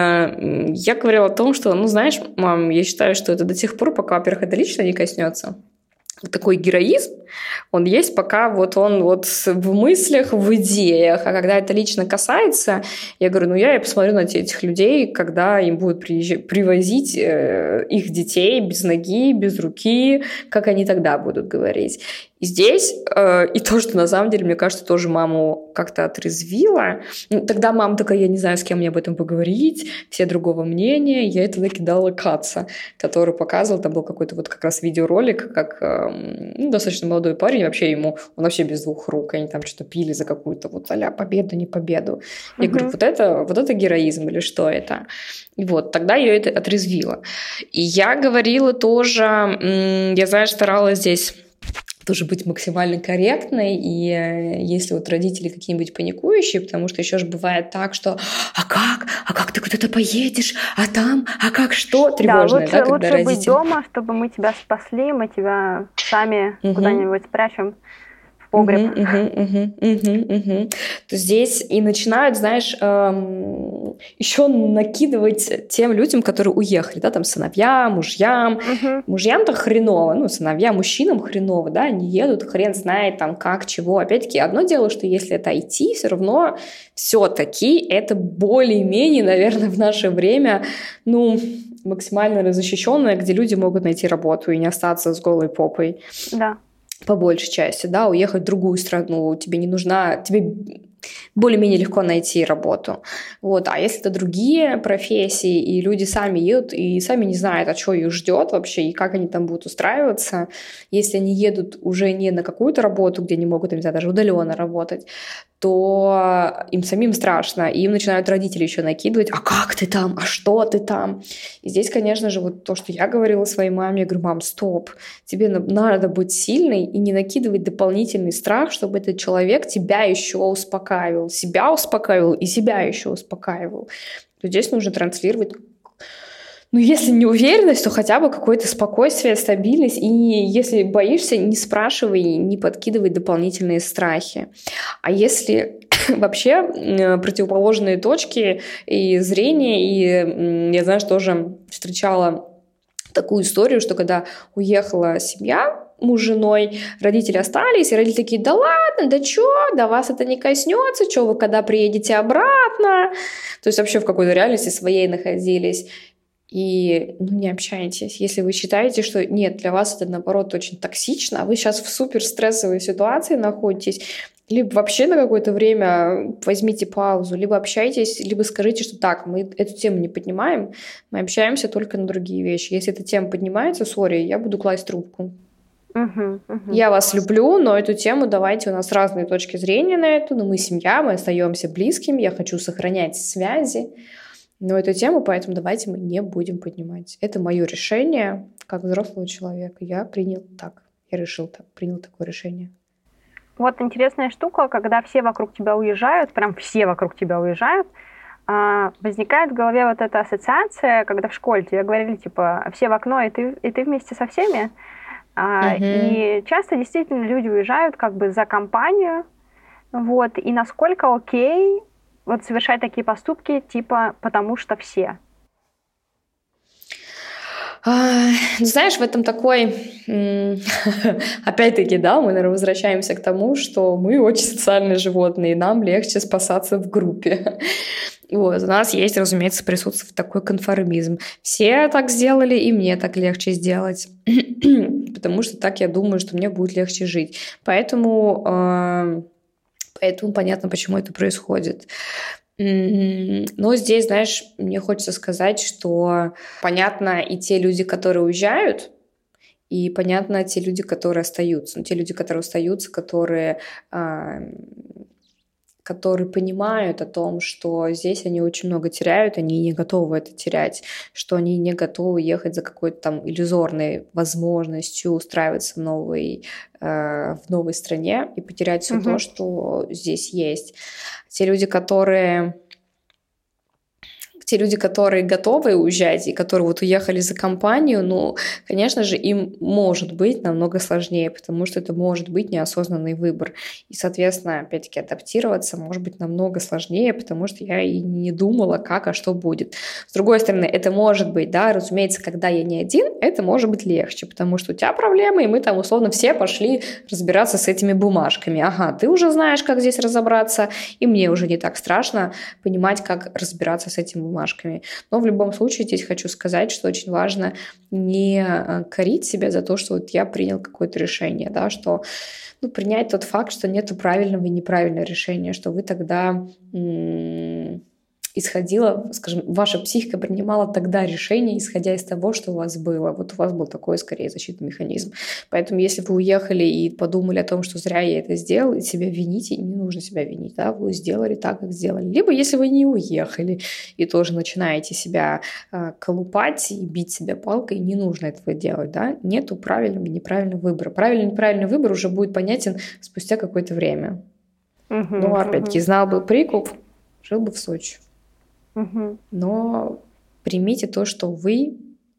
я говорила о том, что, ну, знаешь, мам, я считаю, что это до тех пор, пока, во-первых, это лично не коснется. Такой героизм, он есть, пока вот он вот в мыслях, в идеях, а когда это лично касается, я говорю, ну я и посмотрю на этих людей, когда им будут приезжать, привозить э, их детей без ноги, без руки, как они тогда будут говорить. И здесь, э, и то, что на самом деле, мне кажется, тоже маму как-то отрезвило. Ну, тогда мама такая, я не знаю, с кем мне об этом поговорить, все другого мнения. Я это кидала Каца, который показывал, там был какой-то вот как раз видеоролик, как э, ну, достаточно молодой парень, вообще ему, он вообще без двух рук, они там что-то пили за какую-то вот а-ля победу, не победу. Я uh-huh. говорю, вот это, вот это героизм или что это? И вот, тогда ее это отрезвило. И я говорила тоже, м- я, знаешь, старалась здесь тоже быть максимально корректной, и если вот родители какие-нибудь паникующие, потому что еще же бывает так, что «а как? А как ты куда-то поедешь? А там? А как что?» Тревожное, да, лучше, да, когда лучше родители... быть дома, чтобы мы тебя спасли, мы тебя сами угу. куда-нибудь спрячем. Погреб. Угу, угу, угу, угу, угу. То здесь и начинают, знаешь, эм, еще накидывать тем людям, которые уехали, да, там сыновьям, мужьям. Угу. Мужьям-то хреново, ну, сыновьям, мужчинам хреново, да, они едут, хрен знает там как, чего. Опять-таки, одно дело, что если это ай ти, все равно все-таки это более-менее, наверное, в наше время, ну, максимально защищенное, где люди могут найти работу и не остаться с голой попой. Да. По большей части, да, уехать в другую страну, тебе не нужна, тебе более-менее легко найти работу. Вот. А если это другие профессии, и люди сами едут, и сами не знают, а что их ждет вообще, и как они там будут устраиваться, если они едут уже не на какую-то работу, где они могут, не знаю, даже удаленно работать, то им самим страшно, и им начинают родители еще накидывать, а как ты там, а что ты там? И здесь, конечно же, вот то, что я говорила своей маме, я говорю, мам, стоп, тебе надо быть сильной и не накидывать дополнительный страх, чтобы этот человек тебя еще успокаивал, себя успокаивал и себя еще успокаивал. То здесь нужно транслировать, ну, если не уверенность, то хотя бы какое-то спокойствие, стабильность. И если боишься, не спрашивай, не подкидывай дополнительные страхи. А если вообще противоположные точки и зрения, и я, знаешь, тоже встречала такую историю, что когда уехала семья, муж с женой, родители остались, и родители такие, да ладно, да чё, да вас это не коснется, чё вы когда приедете обратно? То есть вообще в какой-то реальности своей находились. И ну, не общайтесь. Если вы считаете, что нет, для вас это, наоборот, очень токсично, а вы сейчас в супер стрессовой ситуации находитесь, либо вообще на какое-то время возьмите паузу, либо общайтесь, либо скажите, что так, мы эту тему не поднимаем, мы общаемся только на другие вещи. Если эта тема поднимается, сори, я буду класть трубку. Угу, угу. Я вас люблю, но эту тему давайте, у нас разные точки зрения на эту, но мы семья, мы остаемся близкими, я хочу сохранять связи, но эту тему, поэтому давайте мы не будем поднимать. Это мое решение как взрослого человека. Я принял так, я решил так, принял такое решение. Вот интересная штука, когда все вокруг тебя уезжают, прям все вокруг тебя уезжают, возникает в голове вот эта ассоциация, когда в школе тебе говорили, типа, все в окно, и ты, и ты вместе со всеми. Uh-huh. И часто действительно люди уезжают как бы за компанию, вот, и насколько окей вот совершать такие поступки, типа, потому что все. А, знаешь, в этом такой, опять-таки, да, мы, наверное, возвращаемся к тому, что мы очень социальные животные, и нам легче спасаться в группе. Вот, у нас есть, разумеется, присутствует такой конформизм. Все так сделали, и мне так легче сделать. Потому что так я думаю, что мне будет легче жить. Поэтому, э, поэтому понятно, почему это происходит. Но здесь, знаешь, мне хочется сказать, что понятно и те люди, которые уезжают, и понятно те люди, которые остаются. Но те люди, которые остаются, которые... Э, которые понимают о том, что здесь они очень много теряют, они не готовы это терять, что они не готовы ехать за какой-то там иллюзорной возможностью устраиваться в новой, э, в новой стране и потерять все угу. то, что здесь есть. Те люди, которые... Те люди, которые готовы уезжать и которые вот уехали за компанию, ну, конечно же, им может быть намного сложнее, потому что это может быть неосознанный выбор. И, соответственно, опять-таки, адаптироваться может быть намного сложнее, потому что я и не думала, как, а что будет. С другой стороны, это может быть, да, разумеется, когда я не один, это может быть легче, потому что у тебя проблемы, и мы там, условно, все пошли разбираться с этими бумажками. Ага, ты уже знаешь, как здесь разобраться, и мне уже не так страшно понимать, как разбираться с этими бумажками. Но в любом случае здесь хочу сказать, что очень важно не корить себя за то, что вот я принял какое-то решение, да, что ну, принять тот факт, что нет правильного и неправильного решения, что вы тогда м- исходила, скажем, ваша психика принимала тогда решение, исходя из того, что у вас было. Вот у вас был такой, скорее, защитный механизм. Поэтому если вы уехали и подумали о том, что зря я это сделал, и себя вините, не нужно себя винить, да, вы сделали так, как сделали. Либо если вы не уехали и тоже начинаете себя э, колупать и бить себя палкой, не нужно этого делать, да. Нету правильного и неправильного выбора. Правильный и неправильный выбор уже будет понятен спустя какое-то время. Uh-huh, Но, опять-таки, uh-huh. знал бы прикуп, жил бы в Сочи. Угу. Но примите то, что вы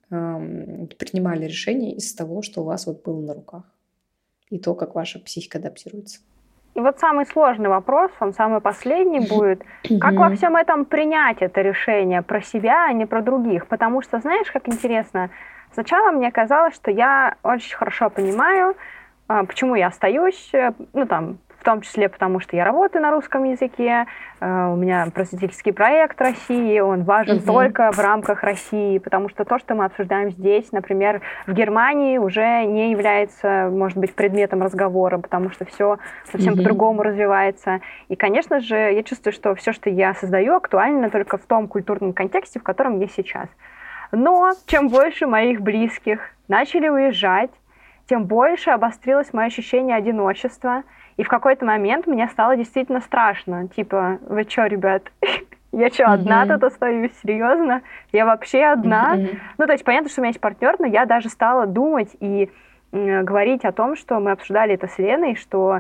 эм, принимали решение из того, что у вас вот было на руках, и то, как ваша психика адаптируется. И вот самый сложный вопрос, он самый последний будет, как во всем этом принять это решение про себя, а не про других? Потому что, знаешь, как интересно, сначала мне казалось, что я очень хорошо понимаю, почему я остаюсь, ну там, в том числе потому, что я работаю на русском языке, э, у меня просветительский проект России, он важен uh-huh. только в рамках России, потому что то, что мы обсуждаем здесь, например, в Германии, уже не является, может быть, предметом разговора, потому что все совсем uh-huh. по-другому развивается. И, конечно же, я чувствую, что все, что я создаю, актуально только в том культурном контексте, в котором я сейчас. Но чем больше моих близких начали уезжать, тем больше обострилось мое ощущение одиночества. И в какой-то момент мне стало действительно страшно. Типа, вы чё, ребят, я чё, одна mm-hmm. тут остаюсь? Серьезно? Я вообще одна? Mm-hmm. Ну, то есть понятно, что у меня есть партнер, но я даже стала думать и э, говорить о том, что мы обсуждали это с Леной, что...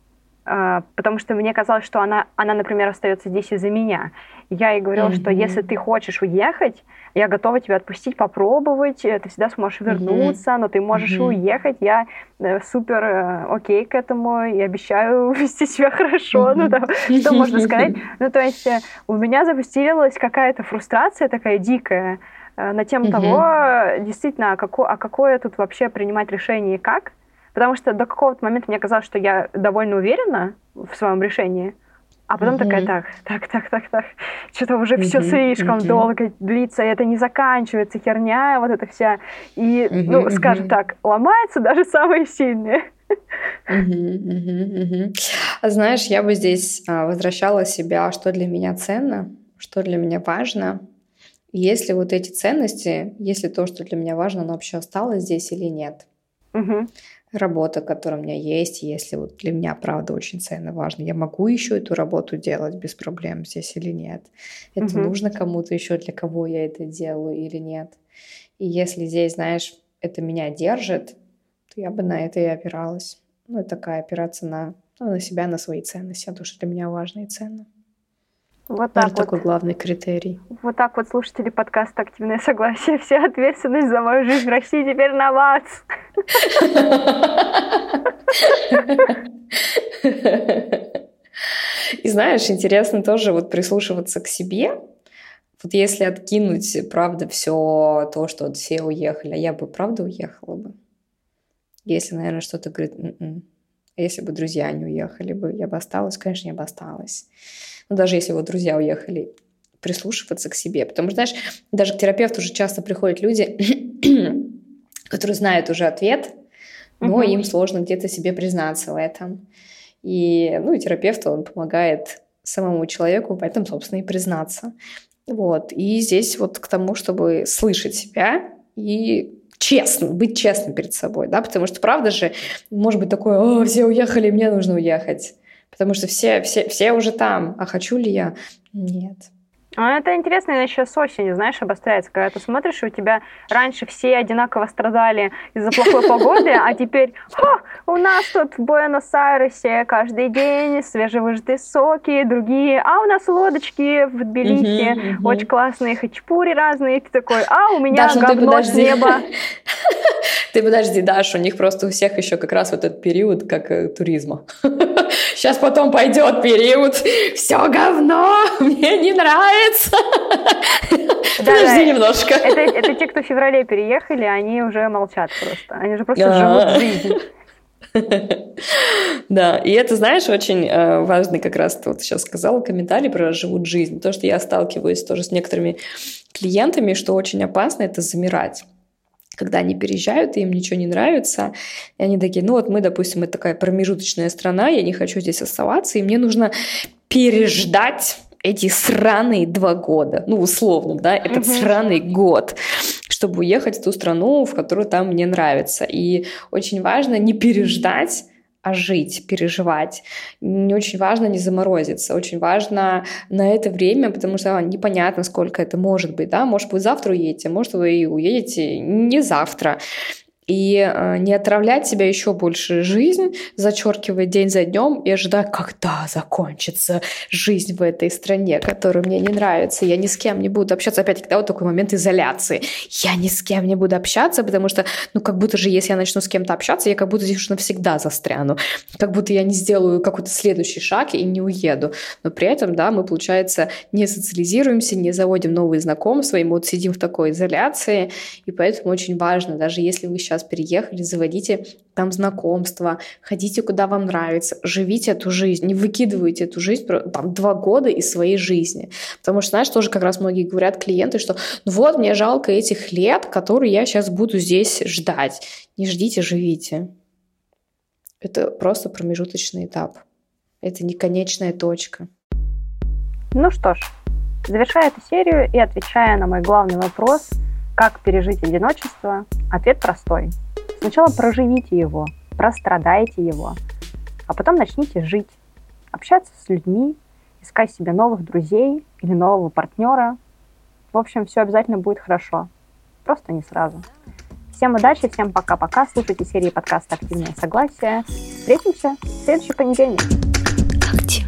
Э, потому что мне казалось, что она, она, например, остается здесь из-за меня. Я ей говорила, mm-hmm. что если ты хочешь уехать, я готова тебя отпустить, попробовать, ты всегда сможешь вернуться, mm-hmm. но ты можешь mm-hmm. уехать, я э, супер э, окей к этому, и обещаю вести себя хорошо, mm-hmm. ну, там, что можно сказать. Ну, то есть э, у меня запустилась какая-то фрустрация такая дикая э, на тему mm-hmm. того, действительно, а какое, а какое тут вообще принимать решение и как, потому что до какого-то момента мне казалось, что я довольно уверена в своем решении, а потом uh-huh. такая, так, так, так, так, так, что-то уже uh-huh. все слишком uh-huh. долго длится, и это не заканчивается, херня, вот это вся. И, uh-huh. ну, скажем uh-huh. так, ломаются даже самые сильные. Uh-huh. Uh-huh. Uh-huh. Знаешь, я бы здесь а, возвращала себя, что для меня ценно, что для меня важно. Если вот эти ценности, если то, что для меня важно, оно вообще осталось здесь или нет. Угу. Работа, которая у меня есть, если вот для меня, правда, очень ценно, важно, я могу еще эту работу делать без проблем здесь или нет? Это Угу. нужно кому-то еще, для кого я это делаю или нет? И если здесь, знаешь, это меня держит, то я бы на это и опиралась. Ну, это такая опираться на, ну, на себя, на свои ценности, то, что для меня важно и ценно. Вот Наверное, так такой вот. главный критерий. Вот так вот слушатели подкаста «Активное согласие». Вся ответственность за мою жизнь в России теперь на вас. И знаешь, интересно тоже вот прислушиваться к себе. Вот если откинуть, правда, все то, что вот все уехали, а я бы, правда, уехала бы? Если, наверное, что-то говорит, м-м. Если бы друзья не уехали бы, я бы осталась, конечно, я бы осталась. Но даже если вот друзья уехали, прислушиваться к себе. Потому что, знаешь, даже к терапевту уже часто приходят люди, которые знают уже ответ, но uh-huh. им сложно где-то себе признаться в этом. И, ну, и терапевт, он помогает самому человеку в этом, собственно, и признаться. Вот. И здесь вот к тому, чтобы слышать себя и честно, быть честным перед собой, да, потому что, правда же, может быть такое, о, все уехали, мне нужно уехать, потому что все, все, все уже там, а хочу ли я? Нет. А это интересно еще с осени, знаешь, обостряется, когда ты смотришь, и у тебя раньше все одинаково страдали из-за плохой погоды, а теперь у нас тут в Буэнос-Айресе каждый день свежевыжатые соки, другие, а у нас лодочки в Тбилиси, очень классные хачапури разные, ты такой, а у меня говно с неба. Ты подожди, Даш, у них просто у всех еще как раз вот этот период, как э, туризма. Сейчас потом пойдет период, все говно, мне не нравится. Да, подожди да, немножко. Это, это те, кто в феврале переехали, они уже молчат просто. Они уже просто живут жизнь. Да, и это, знаешь, очень э, важный как раз, ты вот сейчас сказала комментарий про «живут жизнь». То, что я сталкиваюсь тоже с некоторыми клиентами, что очень опасно, это замирать. Когда они переезжают, и им ничего не нравится, и они такие, ну вот мы, допустим, это такая промежуточная страна, я не хочу здесь оставаться, и мне нужно переждать эти сраные два года, ну, условно, да, этот mm-hmm. сраный год, чтобы уехать в ту страну, в которую там мне нравится. И очень важно не переждать, а жить, переживать. Не очень важно не заморозиться, очень важно на это время, потому что непонятно, сколько это может быть, да, может, вы завтра уедете, может, вы уедете не завтра. И э, не отравлять себя еще больше жизнь, зачеркивать день за днем и ожидать, когда закончится жизнь в этой стране, которая мне не нравится. Я ни с кем не буду общаться. Опять-таки, да, вот такой момент изоляции. Я ни с кем не буду общаться, потому что, ну, как будто же, если я начну с кем-то общаться, я как будто здесь уж навсегда застряну. Как будто я не сделаю какой-то следующий шаг и не уеду. Но при этом, да, мы, получается, не социализируемся, не заводим новые знакомства, и мы вот сидим в такой изоляции. И поэтому очень важно, даже если вы сейчас переехали, заводите там знакомства, ходите куда вам нравится, живите эту жизнь, не выкидывайте эту жизнь там два года из своей жизни. Потому что, знаешь, тоже как раз многие говорят клиенты, что ну вот, мне жалко этих лет, которые я сейчас буду здесь ждать. Не ждите, живите. Это просто промежуточный этап. Это не конечная точка. Ну что ж, завершая эту серию и отвечая на мой главный вопрос, как пережить одиночество, ответ простой. Сначала проживите его, прострадайте его, а потом начните жить, общаться с людьми, искать себе новых друзей или нового партнера. В общем, все обязательно будет хорошо, просто не сразу. Всем удачи, всем пока-пока. Слушайте серии подкаста «Активное согласие». Встретимся в следующий понедельник. Активное